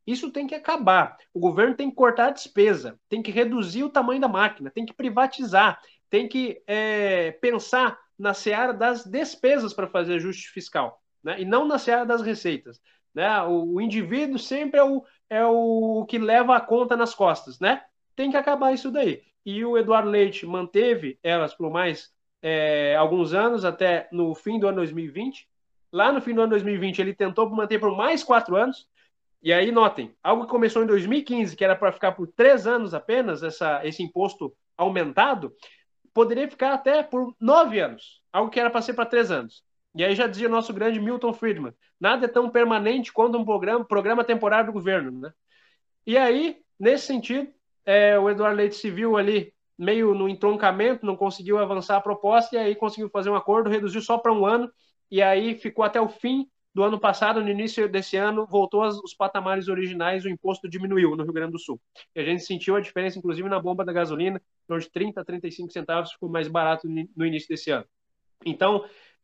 Isso tem que acabar. O governo tem que cortar a despesa, tem que reduzir o tamanho da máquina, tem que privatizar, tem que é, pensar na seara das despesas para fazer ajuste fiscal, né? E não na seara das receitas. Né? O, o indivíduo sempre é o, é o que leva a conta nas costas. Né? Tem que acabar isso daí. E o Eduardo Leite manteve elas por mais é, alguns anos, até no fim do ano dois mil e vinte. Lá no fim do ano dois mil e vinte, ele tentou manter por mais quatro anos. E aí, notem, algo que começou em dois mil e quinze, que era para ficar por três anos apenas, essa, esse imposto aumentado, poderia ficar até por nove anos, algo que era para ser para três anos. E aí já dizia o nosso grande Milton Friedman, nada é tão permanente quanto um programa, programa temporário do governo. Né? E aí, nesse sentido, é, o Eduardo Leite se viu ali meio no entroncamento, não conseguiu avançar a proposta, e aí conseguiu fazer um acordo, reduziu só para um ano, e aí ficou até o fim do ano passado. No início desse ano, voltou aos patamares originais, o imposto diminuiu no Rio Grande do Sul. E a gente sentiu a diferença, inclusive, na bomba da gasolina, de trinta a trinta e cinco centavos, ficou mais barato no início desse ano. Então,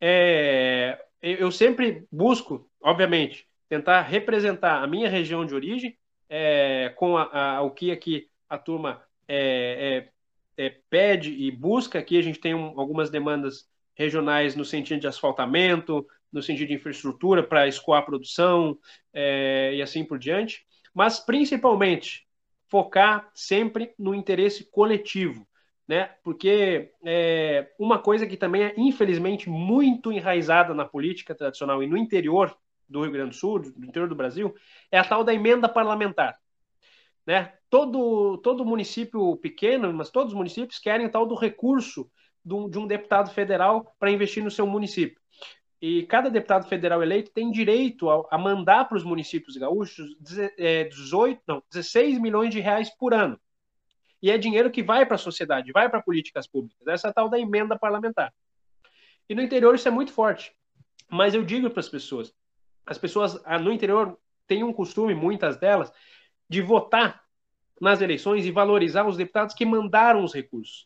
é, eu sempre busco, obviamente, tentar representar a minha região de origem, é, com a, a, o que aqui a turma é, é, é, pede e busca. Aqui a gente tem um, algumas demandas regionais no sentido de asfaltamento, no sentido de infraestrutura para escoar a produção é, e assim por diante, mas principalmente focar sempre no interesse coletivo. Né? Porque é, uma coisa que também é, infelizmente, muito enraizada na política tradicional e no interior do Rio Grande do Sul, do interior do Brasil, é a tal da emenda parlamentar. Né? Todo, todo município pequeno, mas todos os municípios querem o tal do recurso do, de um deputado federal para investir no seu município. E cada deputado federal eleito tem direito a, a mandar para os municípios gaúchos dezoito, não, dezesseis milhões de reais por ano. E é dinheiro que vai para a sociedade, vai para políticas públicas. Essa é a tal da emenda parlamentar. E no interior isso é muito forte. Mas eu digo para as pessoas, as pessoas no interior têm um costume, muitas delas, de votar nas eleições e valorizar os deputados que mandaram os recursos.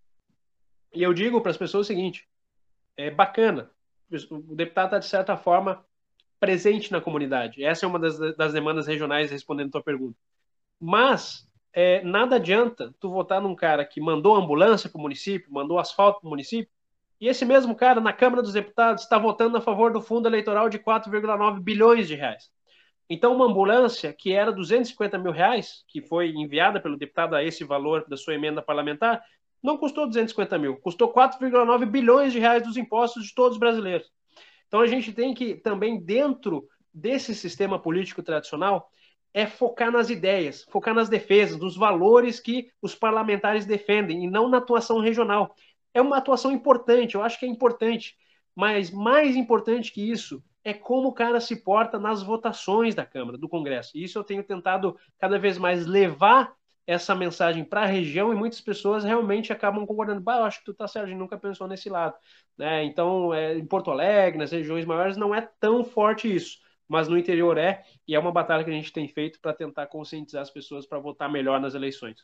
E eu digo para as pessoas o seguinte, é bacana, o deputado está, de certa forma, presente na comunidade. Essa é uma das, das demandas regionais, respondendo a tua pergunta. Mas É, nada adianta tu votar num cara que mandou ambulância para o município, mandou asfalto para o município, e esse mesmo cara, na Câmara dos Deputados, está votando a favor do fundo eleitoral de quatro vírgula nove bilhões de reais. Então, uma ambulância que era duzentos e cinquenta mil reais, que foi enviada pelo deputado a esse valor da sua emenda parlamentar, não custou duzentos e cinquenta mil, custou quatro vírgula nove bilhões de reais dos impostos de todos os brasileiros. Então, a gente tem que, também, dentro desse sistema político tradicional, é focar nas ideias, focar nas defesas, nos valores que os parlamentares defendem, e não na atuação regional. É uma atuação importante, eu acho que é importante, mas mais importante que isso é como o cara se porta nas votações da Câmara, do Congresso. E isso eu tenho tentado cada vez mais levar essa mensagem para a região, e muitas pessoas realmente acabam concordando. Bah, eu acho que tu tá certo, a gente nunca pensou nesse lado. Né? Então, é, em Porto Alegre, nas regiões maiores, não é tão forte isso. Mas no interior é, e é uma batalha que a gente tem feito para tentar conscientizar as pessoas para votar melhor nas eleições.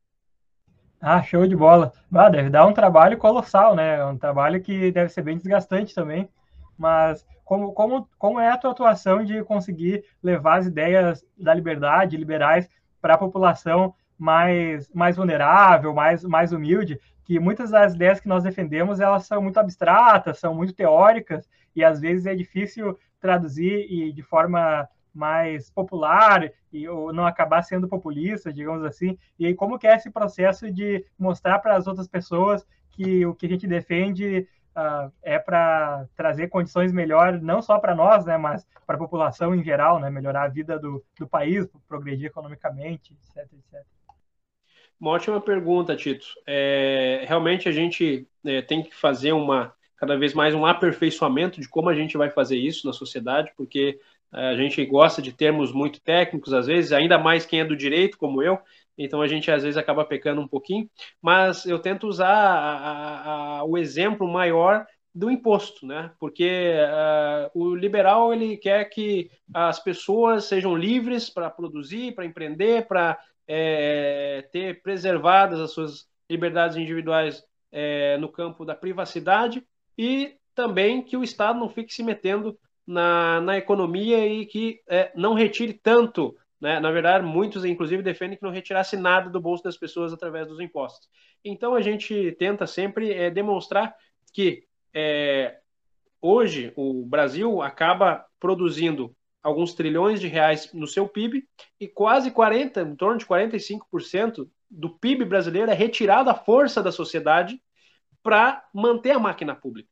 Ah, show de bola. Ah, deve dar um trabalho colossal, né? Um trabalho que deve ser bem desgastante também. Mas como, como, como é a tua atuação de conseguir levar as ideias da liberdade, liberais, para a população mais, mais vulnerável, mais, mais humilde? Que muitas das ideias que nós defendemos, elas são muito abstratas, são muito teóricas, e às vezes é difícil traduzir e de forma mais popular e ou não acabar sendo populista, digamos assim. E aí, como que é esse processo de mostrar para as outras pessoas que o que a gente defende uh, é para trazer condições melhores, não só para nós, né, mas para a população em geral, né, melhorar a vida do, do país, progredir economicamente, etc, etcétera. Uma ótima pergunta, Tito. É, realmente a gente é, tem que fazer uma cada vez mais um aperfeiçoamento de como a gente vai fazer isso na sociedade, porque a gente gosta de termos muito técnicos, às vezes, ainda mais quem é do direito, como eu, então a gente às vezes acaba pecando um pouquinho, mas eu tento usar a, a, a, o exemplo maior do imposto, né? Porque uh, o liberal ele quer que as pessoas sejam livres para produzir, para empreender, para é, ter preservadas as suas liberdades individuais é, no campo da privacidade, e também que o Estado não fique se metendo na, na economia e que é, não retire tanto né? Na verdade, muitos, inclusive, defendem que não retirasse nada do bolso das pessoas através dos impostos. Então, a gente tenta sempre é, demonstrar que é, hoje o Brasil acaba produzindo alguns trilhões de reais no seu P I B e quase quarenta, em torno de quarenta e cinco por cento do P I B brasileiro é retirado à força da sociedade para manter a máquina pública.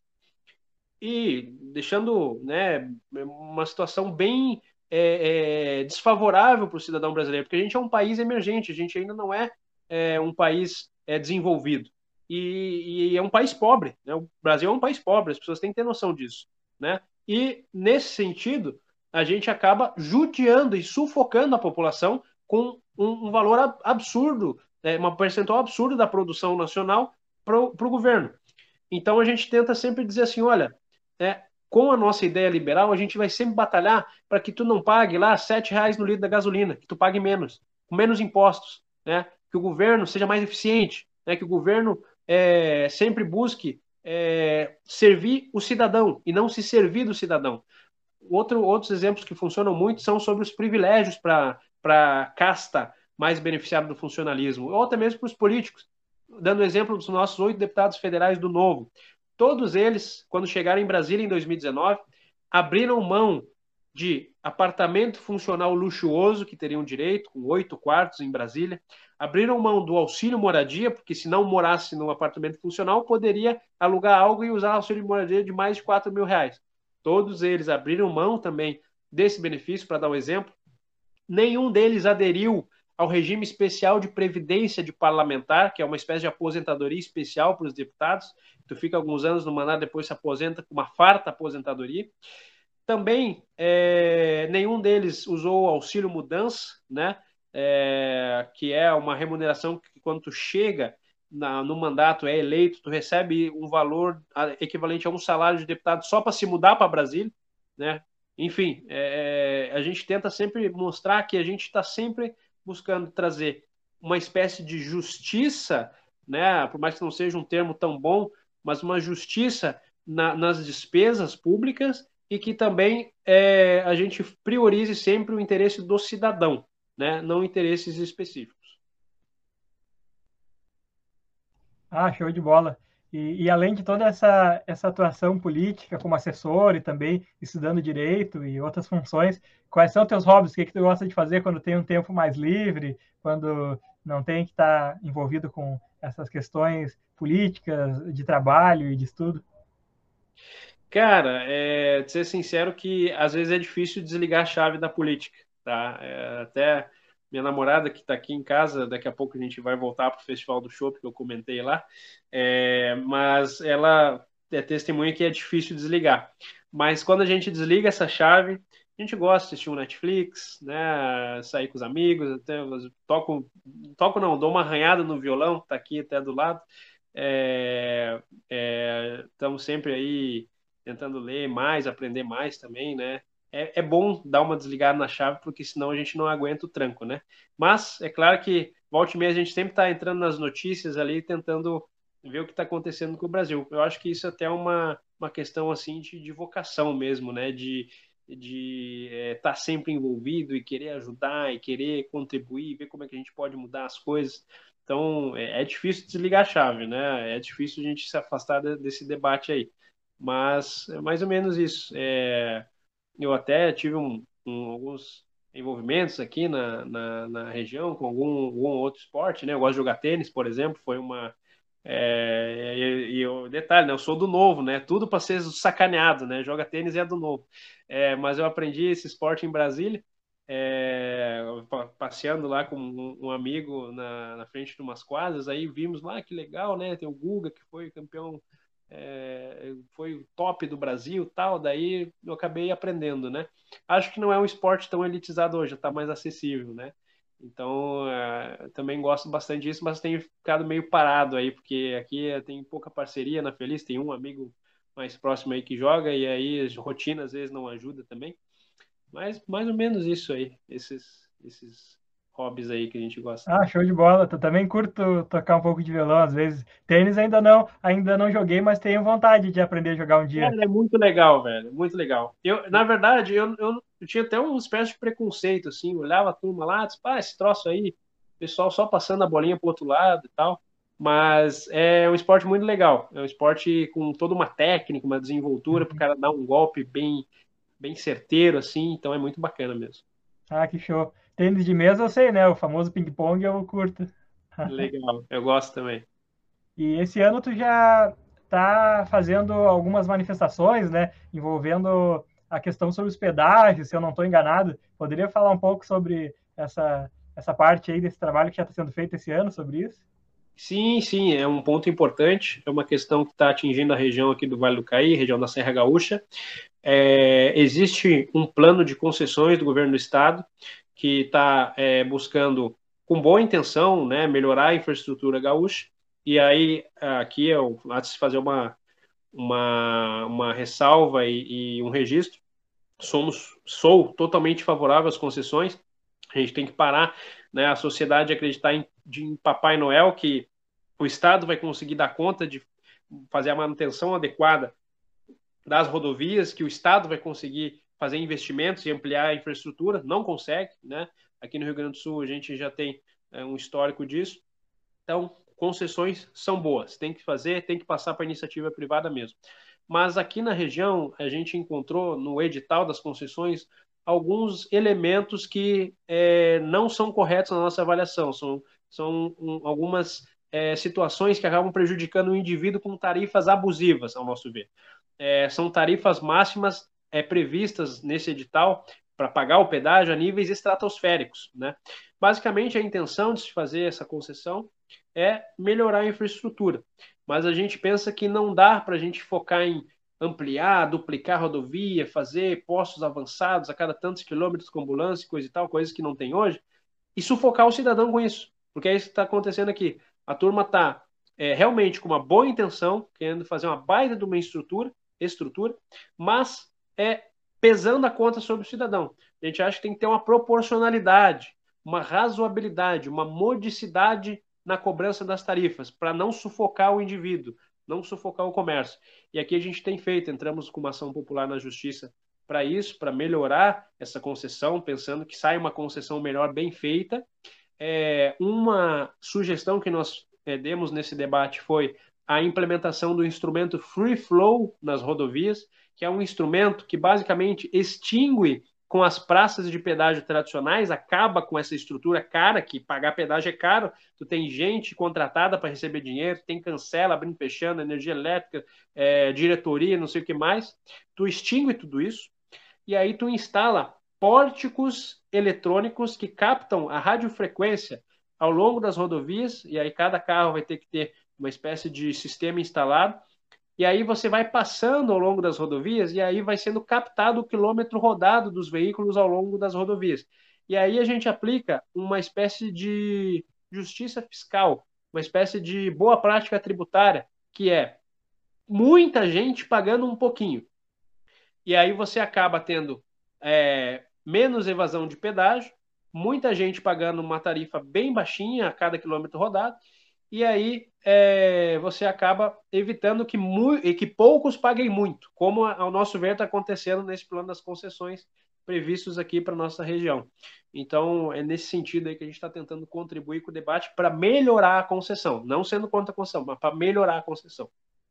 E deixando, né, uma situação bem é, é, desfavorável para o cidadão brasileiro, porque a gente é um país emergente, a gente ainda não é, é um país é, desenvolvido. E, e, é um país pobre, né? O Brasil é um país pobre, as pessoas têm que ter noção disso, né? E nesse sentido, a gente acaba judiando e sufocando a população com um, um valor absurdo, né, uma percentual absurda da produção nacional para o governo. Então a gente tenta sempre dizer assim, olha, é, com a nossa ideia liberal, a gente vai sempre batalhar para que tu não pague lá sete reais no litro da gasolina, que tu pague menos, com menos impostos, né? Que o governo seja mais eficiente, né? Que o governo é, sempre busque é, servir o cidadão e não se servir do cidadão. Outro, outros exemplos que funcionam muito são sobre os privilégios para a casta mais beneficiada do funcionalismo, ou até mesmo para os políticos. Dando exemplo dos nossos oito deputados federais do Novo. Todos eles, quando chegaram em Brasília em dois mil e dezenove, abriram mão de apartamento funcional luxuoso, que teriam direito, com oito quartos em Brasília, abriram mão do auxílio moradia, porque se não morasse no apartamento funcional, poderia alugar algo e usar auxílio moradia de mais de quatro mil reais. Todos eles abriram mão também desse benefício, para dar um exemplo. Nenhum deles aderiu ao regime especial de previdência de parlamentar, que é uma espécie de aposentadoria especial para os deputados. Tu fica alguns anos no mandato, depois se aposenta com uma farta aposentadoria. Também é, nenhum deles usou o auxílio mudança, né? É, que é uma remuneração que quando tu chega na, no mandato, é eleito, tu recebe um valor equivalente a um salário de deputado só para se mudar para Brasília, né? Enfim, é, a gente tenta sempre mostrar que a gente está sempre buscando trazer uma espécie de justiça, né? Por mais que não seja um termo tão bom, mas uma justiça na, nas despesas públicas e que também é, a gente priorize sempre o interesse do cidadão, né? Não interesses específicos. Ah, show de bola. E, e além de toda essa, essa atuação política como assessor e também estudando direito e outras funções, quais são teus hobbies? O que, que tu gosta de fazer quando tem um tempo mais livre, quando não tem que estar envolvido com essas questões políticas, de trabalho e de estudo? Cara, é, de ser sincero que às vezes é difícil desligar a chave da política, tá? É, até minha namorada que está aqui em casa, daqui a pouco a gente vai voltar para o Festival do Chopp que eu comentei lá, é, mas ela é testemunha que é difícil desligar. Mas quando a gente desliga essa chave, a gente gosta de assistir um Netflix, né? Sair com os amigos, até toco, toco não, dou uma arranhada no violão, tá aqui até do lado. É, é, estamos sempre aí tentando ler mais, aprender mais também, né? É, é bom dar uma desligada na chave, porque senão a gente não aguenta o tranco, né? Mas é claro que volta e meia a gente sempre está entrando nas notícias ali, tentando ver o que está acontecendo com o Brasil. Eu acho que isso até é uma, uma questão assim de, de vocação mesmo, né? De de estar é, tá sempre envolvido e querer ajudar e querer contribuir, ver como é que a gente pode mudar as coisas. Então, é, é difícil desligar a chave, né? É difícil a gente se afastar de, desse debate aí. Mas é mais ou menos isso. É, eu até tive um, um, alguns envolvimentos aqui na, na, na, região com algum, algum outro esporte, né? Eu gosto de jogar tênis, por exemplo, foi uma... É, e, o detalhe, né? Eu sou do novo, né? Tudo para ser sacaneado, né? Joga tênis é do novo. É, mas eu aprendi esse esporte em Brasília, é, passeando lá com um, um amigo na, na, frente de umas quadras, aí vimos lá, ah, que legal, né? Tem o Guga, que foi campeão, é, foi o top do Brasil, tal, daí eu acabei aprendendo, né? Acho que não é um esporte tão elitizado hoje, está mais acessível, né? Então, é, também gosto bastante disso, mas tenho ficado meio parado aí, porque aqui tem pouca parceria na Feliz, tem um amigo mais próximo aí que joga, e aí a rotina às vezes não ajuda também. Mas mais ou menos isso aí, esses, esses hobbies aí que a gente gosta. Ah, show de bola. Eu também curto tocar um pouco de violão às vezes. Tênis ainda não, ainda não joguei, mas tenho vontade de aprender a jogar um dia. Cara, é muito legal, velho, muito legal. Eu, na verdade, eu, eu eu tinha até uma espécie de preconceito, assim, olhava a turma lá, disse, pá, esse troço aí, pessoal só passando a bolinha pro outro lado e tal. Mas é um esporte muito legal. É um esporte com toda uma técnica, uma desenvoltura para o cara dar um golpe bem, bem certeiro, assim. Então é muito bacana mesmo. Ah, que show. Tênis de mesa eu sei, né? O famoso ping-pong eu curto. Legal, eu gosto também. E esse ano tu já tá fazendo algumas manifestações, né? Envolvendo a questão sobre os pedágios, se eu não estou enganado. Poderia falar um pouco sobre essa, essa parte aí desse trabalho que já está sendo feito esse ano sobre isso? Sim, sim, é um ponto importante. É uma questão que está atingindo a região aqui do Vale do Caí, região da Serra Gaúcha. É, existe um plano de concessões do governo do estado que está é, buscando, com boa intenção, né, melhorar a infraestrutura gaúcha. E aí, aqui, eu, antes de fazer uma, uma, uma ressalva e, e um registro, somos, sou totalmente favorável às concessões. A gente tem que parar, né, a sociedade acreditar em, de, em Papai Noel, que o Estado vai conseguir dar conta de fazer a manutenção adequada das rodovias, que o Estado vai conseguir fazer investimentos e ampliar a infraestrutura, não consegue, né? Aqui no Rio Grande do Sul a gente já tem é, um histórico disso. Então, concessões são boas, tem que fazer, tem que passar para a iniciativa privada mesmo. Mas aqui na região a gente encontrou no edital das concessões alguns elementos que é, não são corretos na nossa avaliação, são, são um, algumas é, situações que acabam prejudicando o indivíduo com tarifas abusivas, ao nosso ver. É, são tarifas máximas é, previstas nesse edital para pagar o pedágio a níveis estratosféricos, né? Basicamente, a intenção de se fazer essa concessão é melhorar a infraestrutura, mas a gente pensa que não dá para a gente focar em ampliar, duplicar a rodovia, fazer postos avançados a cada tantos quilômetros com ambulância, coisa e tal, coisas que não tem hoje, e sufocar o cidadão com isso, porque é isso que está acontecendo aqui. A turma está é, realmente com uma boa intenção, querendo fazer uma baita de uma estrutura, estrutura, mas é pesando a conta sobre o cidadão. A gente acha que tem que ter uma proporcionalidade, uma razoabilidade, uma modicidade na cobrança das tarifas, para não sufocar o indivíduo, não sufocar o comércio. E aqui a gente tem feito, entramos com uma ação popular na Justiça para isso, para melhorar essa concessão, pensando que sai uma concessão melhor, bem feita. É, uma sugestão que nós é, demos nesse debate foi a implementação do instrumento Free Flow nas rodovias, que é um instrumento que basicamente extingue com as praças de pedágio tradicionais, acaba com essa estrutura cara, que pagar pedágio é caro, tu tem gente contratada para receber dinheiro, tem cancela, abrindo, fechando, energia elétrica, é, diretoria, não sei o que mais, tu extingue tudo isso, e aí tu instala pórticos eletrônicos que captam a radiofrequência ao longo das rodovias, e aí cada carro vai ter que ter uma espécie de sistema instalado, e aí você vai passando ao longo das rodovias, e aí vai sendo captado o quilômetro rodado dos veículos ao longo das rodovias. E aí a gente aplica uma espécie de justiça fiscal, uma espécie de boa prática tributária, que é muita gente pagando um pouquinho. E aí você acaba tendo é, menos evasão de pedágio, muita gente pagando uma tarifa bem baixinha a cada quilômetro rodado, e aí é, você acaba evitando que, que poucos paguem muito, como ao nosso ver está acontecendo nesse plano das concessões previstos aqui para nossa região. Então, é nesse sentido aí que a gente está tentando contribuir com o debate para melhorar a concessão, não sendo contra a concessão, mas para melhorar a concessão.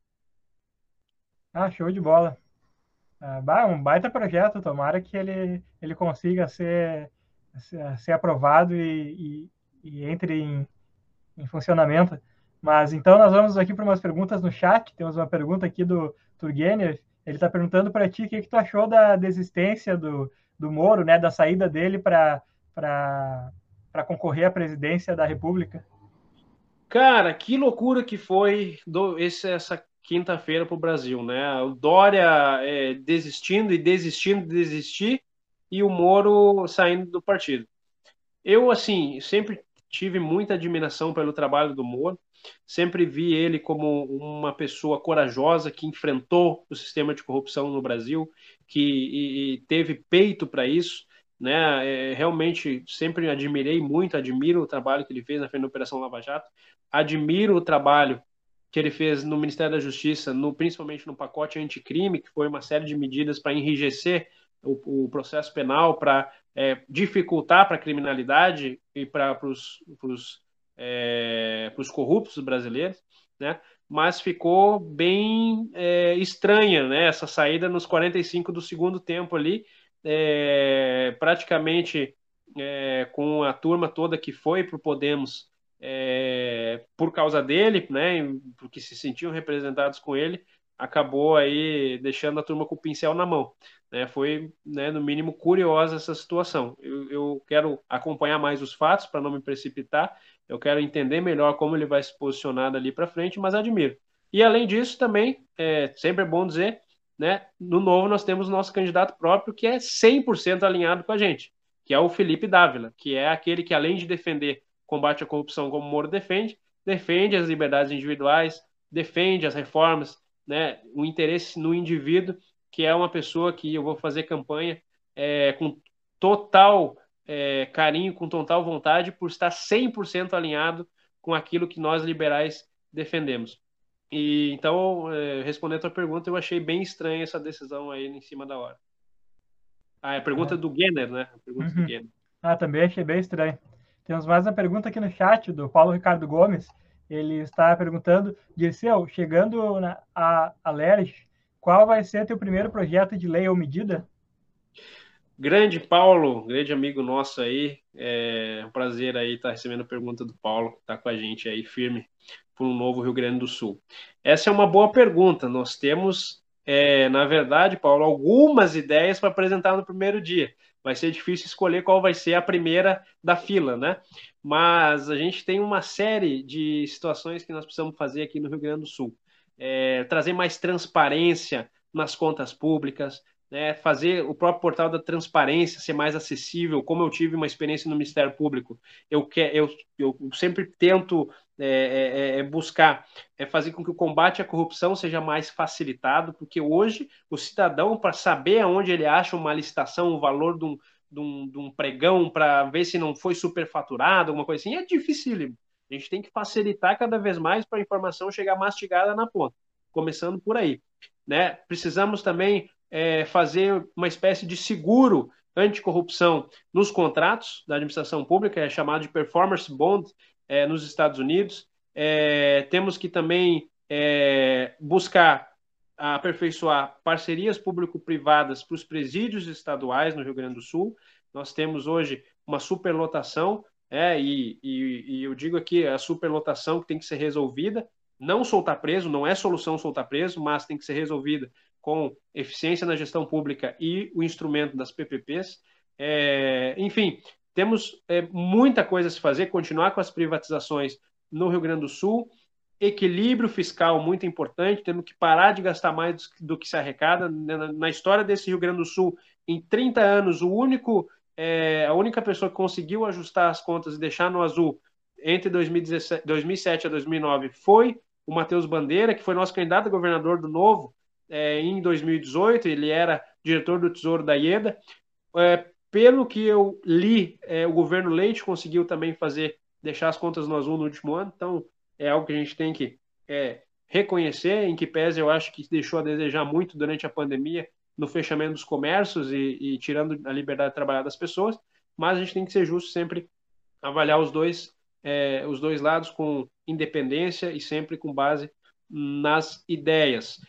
Ah, show de bola. Ah, um baita projeto, tomara que ele, ele consiga ser, ser, ser aprovado e, e, e entre em, em funcionamento. Mas então nós vamos aqui para umas perguntas no chat. Temos uma pergunta aqui do Turgenev. Ele está perguntando para ti o que, que tu achou da desistência do, do Moro, né, da saída dele para concorrer à presidência da República. Cara, que loucura que foi do, esse, essa quinta-feira para o Brasil, né? O Dória é, desistindo e desistindo de desistir e o Moro saindo do partido. Eu, assim, sempre tive muita admiração pelo trabalho do Moro, sempre vi ele como uma pessoa corajosa que enfrentou o sistema de corrupção no Brasil, que e, e teve peito para isso, né? É, realmente sempre admirei muito, admiro o trabalho que ele fez na frente da Operação Lava Jato, admiro o trabalho que ele fez no Ministério da Justiça, no, principalmente no pacote anticrime, que foi uma série de medidas para enrijecer o, o processo penal para é, dificultar para a criminalidade e para os é, corruptos brasileiros, né? Mas ficou bem é, estranha, né? Essa saída nos quarenta e cinco do segundo tempo ali, é, praticamente é, com a turma toda que foi para o Podemos é, por causa dele, né? Porque se sentiam representados com ele, acabou aí deixando a turma com o pincel na mão. Né? Foi, né, no mínimo, curiosa essa situação. Eu, eu quero acompanhar mais os fatos para não me precipitar, eu quero entender melhor como ele vai se posicionar dali para frente, mas admiro. E, além disso, também, é, sempre é bom dizer, né, no Novo nós temos o nosso candidato próprio, que é cem por cento alinhado com a gente, que é o Felipe Dávila, que é aquele que, além de defender combate à corrupção como o Moro defende, defende as liberdades individuais, defende as reformas, né, o interesse no indivíduo, que é uma pessoa que eu vou fazer campanha é, com total é, carinho, com total vontade, por estar cem por cento alinhado com aquilo que nós liberais defendemos. E então, é, respondendo a tua pergunta, eu achei bem estranha essa decisão aí em cima da hora. Ah, é a pergunta Ah, do Genner, né? A pergunta do uhum. Genner. Ah, também achei bem estranho. Temos mais uma pergunta aqui no chat do Paulo Ricardo Gomes. Ele está perguntando, Dirceu, chegando na, a, a L E R J, qual vai ser teu primeiro projeto de lei ou medida? Grande Paulo, grande amigo nosso aí. É um prazer aí estar recebendo a pergunta do Paulo, que está com a gente aí firme para um novo Rio Grande do Sul. Essa é uma boa pergunta. Nós temos, é, na verdade, Paulo, algumas ideias para apresentar no primeiro dia. Vai ser difícil escolher qual vai ser a primeira da fila, né? Mas a gente tem uma série de situações que nós precisamos fazer aqui no Rio Grande do Sul. É, trazer mais transparência nas contas públicas, né, fazer o próprio portal da transparência ser mais acessível, como eu tive uma experiência no Ministério Público, eu, que, eu, eu sempre tento é, é, buscar é fazer com que o combate à corrupção seja mais facilitado, porque hoje o cidadão, para saber aonde ele acha uma licitação, o valor de um, de um, de um pregão, para ver se não foi superfaturado, alguma coisa assim, é dificílimo. A gente tem que facilitar cada vez mais para a informação chegar mastigada na ponta, começando por aí. Né? Precisamos também é, fazer uma espécie de seguro anticorrupção nos contratos da administração pública, é chamado de performance bond é, nos Estados Unidos. É, temos que também é, buscar aperfeiçoar parcerias público-privadas para os presídios estaduais no Rio Grande do Sul. Nós temos hoje uma superlotação, é, e, e, e eu digo aqui a superlotação que tem que ser resolvida, não soltar preso, não é solução soltar preso, mas tem que ser resolvida com eficiência na gestão pública e o instrumento das P P Ps. É, enfim, temos é, muita coisa a se fazer, continuar com as privatizações no Rio Grande do Sul, equilíbrio fiscal muito importante, temos que parar de gastar mais do que se arrecada. Na, na história desse Rio Grande do Sul, em trinta anos, o único, é, a única pessoa que conseguiu ajustar as contas e deixar no azul entre dois mil e sete a dois mil e nove foi o Matheus Bandeira, que foi nosso candidato a governador do Novo, é, em dois mil e dezoito, ele era diretor do Tesouro da IEDA. É, pelo que eu li, é, o governo Leite conseguiu também fazer, deixar as contas no azul no último ano, então é algo que a gente tem que é, reconhecer, em que pese eu acho que deixou a desejar muito durante a pandemia, no fechamento dos comércios e, e tirando a liberdade de trabalhar das pessoas, mas a gente tem que ser justo sempre, avaliar os dois, é, os dois lados com independência e sempre com base nas ideias.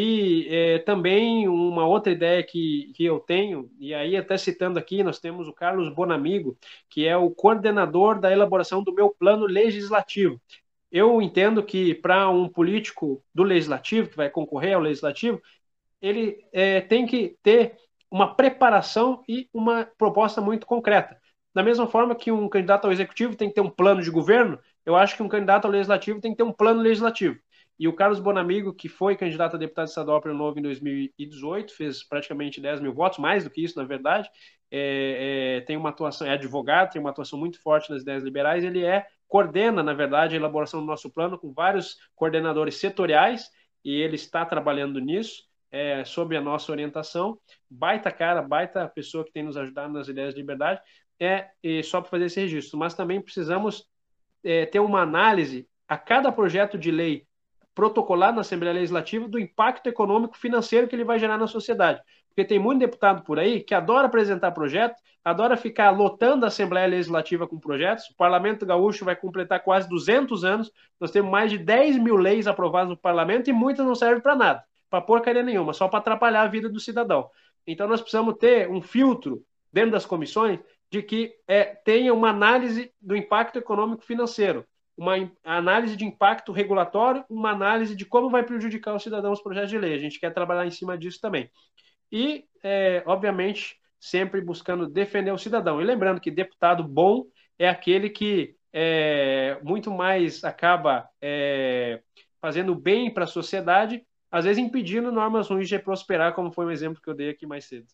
E é, também uma outra ideia que, que eu tenho, e aí até citando aqui, nós temos o Carlos Bonamigo, que é o coordenador da elaboração do meu plano legislativo. Eu entendo que para um político do legislativo, que vai concorrer ao legislativo, ele é, tem que ter uma preparação e uma proposta muito concreta. Da mesma forma que um candidato ao executivo tem que ter um plano de governo, eu acho que um candidato ao legislativo tem que ter um plano legislativo. E o Carlos Bonamigo, que foi candidato a deputado estadual pelo Novo em dois mil e dezoito, fez praticamente dez mil votos, mais do que isso, na verdade, é, é, tem uma atuação, é advogado, tem uma atuação muito forte nas ideias liberais, ele é, coordena, na verdade, a elaboração do nosso plano com vários coordenadores setoriais, e ele está trabalhando nisso, é, sob a nossa orientação. Baita cara, baita pessoa que tem nos ajudado nas ideias de liberdade, é, e só para fazer esse registro. Mas também precisamos é, ter uma análise a cada projeto de lei protocolar na Assembleia Legislativa do impacto econômico financeiro que ele vai gerar na sociedade. Porque tem muito deputado por aí que adora apresentar projeto, adora ficar lotando a Assembleia Legislativa com projetos. O Parlamento Gaúcho vai completar quase duzentos anos, nós temos mais de dez mil leis aprovadas no Parlamento e muitas não servem para nada, para porcaria nenhuma, só para atrapalhar a vida do cidadão. Então nós precisamos ter um filtro dentro das comissões de que é, tenha uma análise do impacto econômico financeiro, uma análise de impacto regulatório, uma análise de como vai prejudicar o cidadão os projetos de lei. A gente quer trabalhar em cima disso também. E, é, obviamente, sempre buscando defender o cidadão. E lembrando que deputado bom é aquele que é, muito mais acaba é, fazendo bem para a sociedade, às vezes impedindo normas ruins de prosperar, como foi um exemplo que eu dei aqui mais cedo.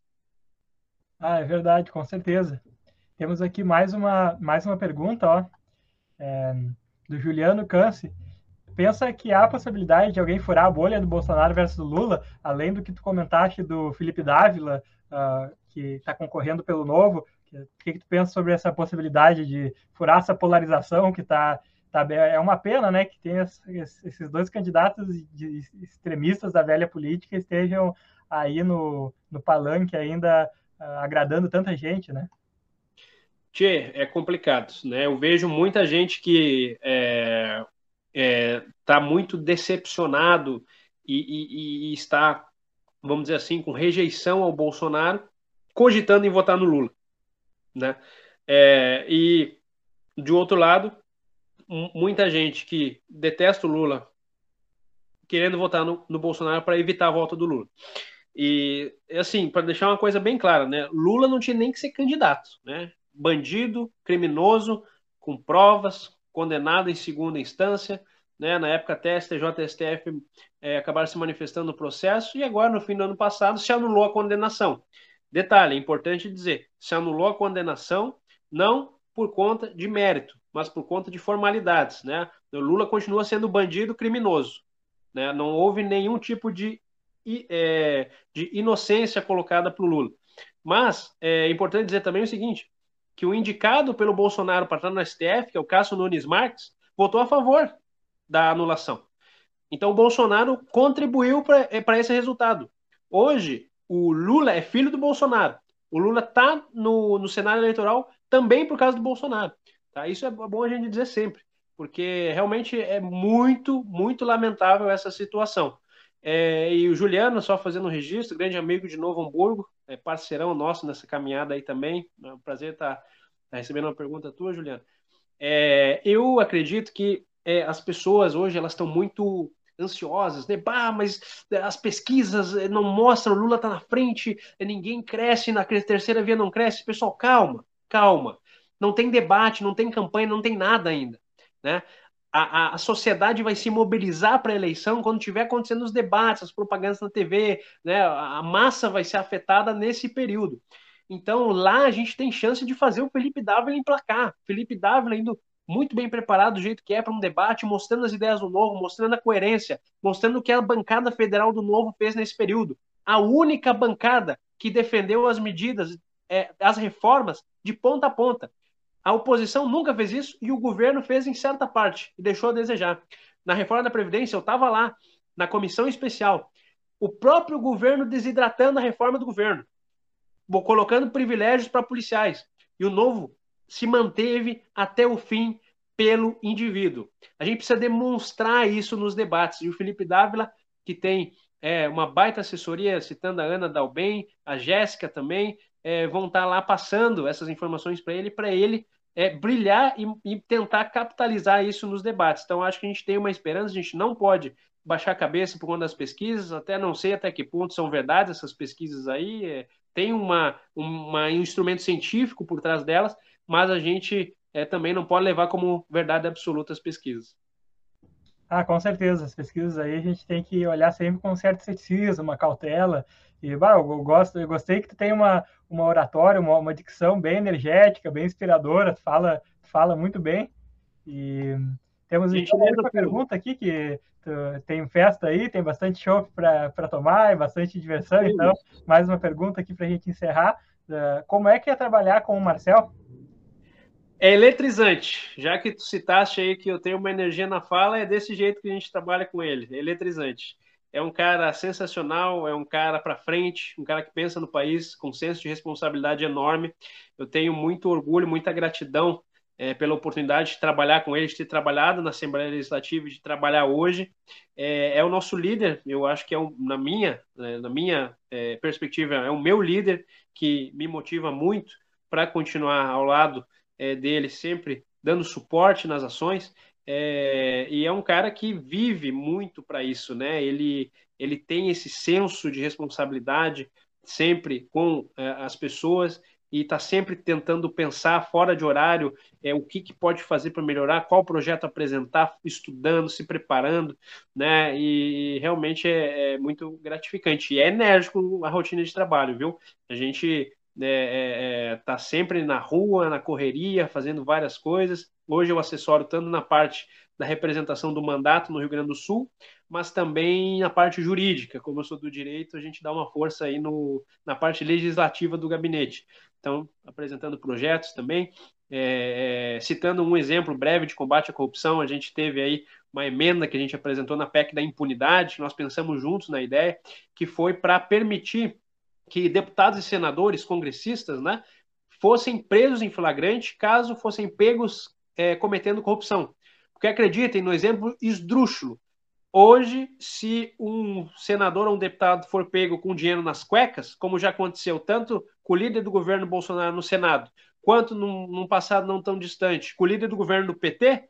Ah, é verdade, com certeza. Temos aqui mais uma, mais uma pergunta, ó, é, do Juliano Canci. Pensa que há a possibilidade de alguém furar a bolha do Bolsonaro versus do Lula, além do que tu comentaste do Felipe Dávila, uh, que está concorrendo pelo Novo? O que, que tu pensa sobre essa possibilidade de furar essa polarização que está... Tá, é uma pena, né, que tenha esses dois candidatos de extremistas da velha política estejam aí no, no palanque ainda uh, agradando tanta gente, né? Tchê, é complicado, né? Eu vejo muita gente que é, está é, muito decepcionado e, e, e está, vamos dizer assim, com rejeição ao Bolsonaro, cogitando em votar no Lula, né? É, e, de outro lado, muita gente que detesta o Lula querendo votar no, no Bolsonaro para evitar a volta do Lula. E, assim, para deixar uma coisa bem clara, né? Lula não tinha nem que ser candidato, né? Bandido, criminoso, com provas, condenado em segunda instância, né? Na época até S T J e S T F é, acabaram se manifestando no processo e agora, no fim do ano passado, se anulou a condenação. Detalhe, é importante dizer, se anulou a condenação não por conta de mérito, mas por conta de formalidades, né? O Lula continua sendo bandido criminoso, né? Não houve nenhum tipo de, é, de inocência colocada para o Lula. Mas é importante dizer também o seguinte, que o indicado pelo Bolsonaro para estar no S T F, que é o Cássio Nunes Marques, votou a favor da anulação. Então o Bolsonaro contribuiu para esse resultado. Hoje, o Lula é filho do Bolsonaro. O Lula está no, no cenário eleitoral também por causa do Bolsonaro. Tá? Isso é bom a gente dizer sempre, porque realmente é muito, muito lamentável essa situação. É, e o Juliano, só fazendo um registro, grande amigo de Novo Hamburgo, é parceirão nosso nessa caminhada aí também. É um prazer estar tá, tá recebendo uma pergunta tua, Juliano. É, eu acredito que é, as pessoas hoje elas estão muito ansiosas, né? Bah, mas as pesquisas não mostram, o Lula está na frente, ninguém cresce, na terceira via não cresce. Pessoal, calma, calma. Não tem debate, não tem campanha, não tem nada ainda, né? A, a, a sociedade vai se mobilizar para a eleição quando tiver acontecendo os debates, as propagandas na T V, né? A massa vai ser afetada nesse período. Então, lá a gente tem chance de fazer o Felipe Dávila emplacar. Felipe Dávila indo muito bem preparado do jeito que é para um debate, mostrando as ideias do Novo, mostrando a coerência, mostrando o que a bancada federal do Novo fez nesse período. A única bancada que defendeu as medidas, é, as reformas, de ponta a ponta. A oposição nunca fez isso e o governo fez em certa parte e deixou a desejar. Na reforma da Previdência, eu estava lá, na comissão especial, o próprio governo desidratando a reforma do governo, colocando privilégios para policiais. E o Novo se manteve até o fim pelo indivíduo. A gente precisa demonstrar isso nos debates. E o Felipe Dávila, que tem é, uma baita assessoria, citando a Ana Dalben, a Jéssica também, é, vão estar lá passando essas informações para ele, para ele é, brilhar e, e tentar capitalizar isso nos debates. Então, acho que a gente tem uma esperança, a gente não pode baixar a cabeça por conta das pesquisas, até não sei até que ponto são verdades essas pesquisas aí, é, tem uma, uma, um instrumento científico por trás delas, mas a gente é, também não pode levar como verdade absoluta as pesquisas. Ah, com certeza. As pesquisas aí a gente tem que olhar sempre com um certo ceticismo, uma cautela. E, bah, eu, gosto, eu gostei que tu tem uma, uma oratória, uma, uma dicção bem energética, bem inspiradora, tu fala, tu fala muito bem. E temos então, uma pergunta aqui, que tu, tem festa aí, tem bastante chopp para tomar, e bastante diversão. Sim. Então, mais uma pergunta aqui para a gente encerrar. Uh, como é que é trabalhar com o Marcel? É eletrizante. Já que tu citaste aí que eu tenho uma energia na fala, é desse jeito que a gente trabalha com ele. É eletrizante. É um cara sensacional, é um cara para frente, um cara que pensa no país com um senso de responsabilidade enorme. Eu tenho muito orgulho, muita gratidão é, pela oportunidade de trabalhar com ele, de ter trabalhado na Assembleia Legislativa e de trabalhar hoje. É, é o nosso líder, eu acho que é um, na minha, né, na minha é, perspectiva, é o meu líder que me motiva muito para continuar ao lado é, dele, sempre dando suporte nas ações. É, e é um cara que vive muito para isso, né? Ele, ele tem esse senso de responsabilidade sempre com é, as pessoas e está sempre tentando pensar fora de horário é, o que, que pode fazer para melhorar, qual projeto apresentar, estudando, se preparando, né? E, e realmente é, é muito gratificante. E é enérgico a rotina de trabalho, viu? A gente está é, é, é, sempre na rua, na correria, fazendo várias coisas. Hoje eu assessoro tanto na parte da representação do mandato no Rio Grande do Sul, mas também na parte jurídica. Como eu sou do direito, a gente dá uma força aí no, na parte legislativa do gabinete. Então, apresentando projetos também. É, é, citando um exemplo breve de combate à corrupção, a gente teve aí uma emenda que a gente apresentou na P E C da impunidade, nós pensamos juntos na ideia, que foi para permitir que deputados e senadores, congressistas, né, fossem presos em flagrante caso fossem pegos é, cometendo corrupção. Porque acreditem, no exemplo esdrúxulo, hoje, se um senador ou um deputado for pego com dinheiro nas cuecas, como já aconteceu tanto com o líder do governo Bolsonaro no Senado, quanto num, num passado não tão distante, com o líder do governo do P T,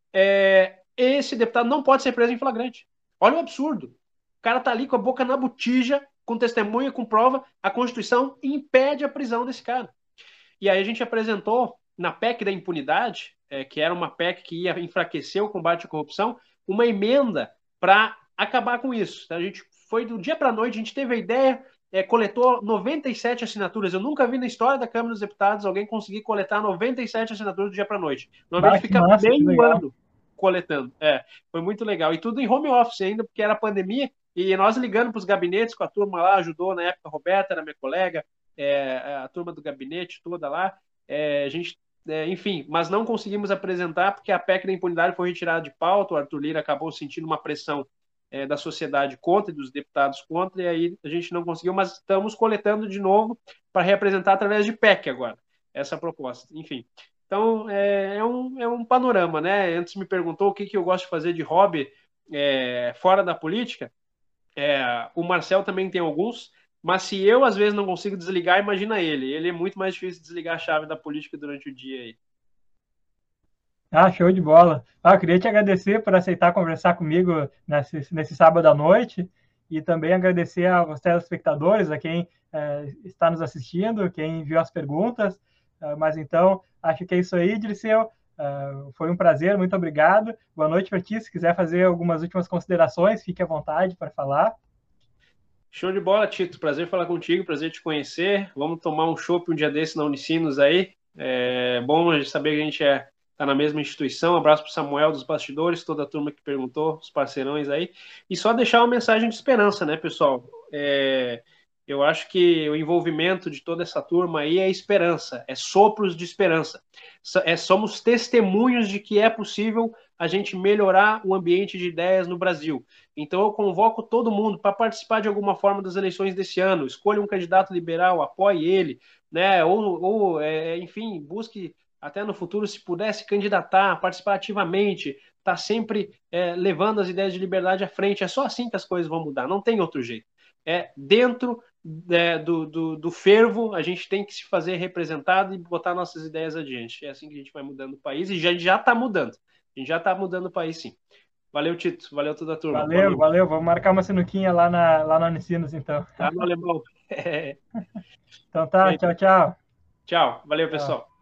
é, esse deputado não pode ser preso em flagrante. Olha o absurdo. O cara tá ali com a boca na botija, com testemunha, com prova, a Constituição impede a prisão desse cara. E aí a gente apresentou na P E C da impunidade, é, que era uma P E C que ia enfraquecer o combate à corrupção, uma emenda para acabar com isso. A gente foi do dia para a noite, a gente teve a ideia, é, coletou noventa e sete assinaturas. Eu nunca vi na história da Câmara dos Deputados alguém conseguir coletar noventa e sete assinaturas do dia para a noite. Normalmente Bah, que fica massa, que meio legal. ano coletando. É, foi muito legal. E tudo em home office ainda, porque era pandemia, e nós ligando para os gabinetes com a turma lá, ajudou na época a Roberta, era minha colega, é, a turma do gabinete toda lá. É, a gente, é, enfim, mas não conseguimos apresentar porque a P E C da impunidade foi retirada de pauta, o Arthur Lira acabou sentindo uma pressão é, da sociedade contra e dos deputados contra, e aí a gente não conseguiu, mas estamos coletando de novo para representar através de P E C agora, essa proposta. Enfim, então é, é, um, é um panorama, né? Antes me perguntou o que, que eu gosto de fazer de hobby é, fora da política. É, o Marcel também tem alguns, mas se eu às vezes não consigo desligar, imagina ele. Ele é muito mais difícil desligar a chave da política durante o dia aí. Ah, show de bola. Ah, eu queria te agradecer por aceitar conversar comigo nesse, nesse sábado à noite e também agradecer aos telespectadores, a quem eh, está nos assistindo, quem enviou as perguntas. Ah, mas então, acho que é isso aí, Dirceu. Ah, foi um prazer, muito obrigado. Boa noite para ti. Se quiser fazer algumas últimas considerações, fique à vontade para falar. Show de bola, Tito. Prazer falar contigo, prazer te conhecer. Vamos tomar um chopp um dia desse na Unicinos aí. É bom a gente saber que a gente é, tá na mesma instituição. Um abraço para o Samuel dos bastidores, toda a turma que perguntou, os parceirões aí. E só deixar uma mensagem de esperança, né, pessoal? É, eu acho que o envolvimento de toda essa turma aí é esperança, é sopros de esperança. É, somos testemunhos de que é possível a gente melhorar o ambiente de ideias no Brasil. Então eu convoco todo mundo para participar de alguma forma das eleições desse ano. Escolha um candidato liberal, apoie ele, né? Ou, ou é, enfim, busque até no futuro, se puder, se candidatar, participar ativamente, tá sempre é, levando as ideias de liberdade à frente. É só assim que as coisas vão mudar, não tem outro jeito. É dentro é, do, do, do fervo, a gente tem que se fazer representado e botar nossas ideias adiante. É assim que a gente vai mudando o país e já já está mudando. A gente já está mudando o país, sim. Valeu, Tito. Valeu toda a turma. Boa Valeu, noite. valeu. Vamos marcar uma sinuquinha lá na, lá na Unicinos, então. Lá no Alemão. Então tá, tchau, tchau. Tchau. Valeu, Tchau. pessoal.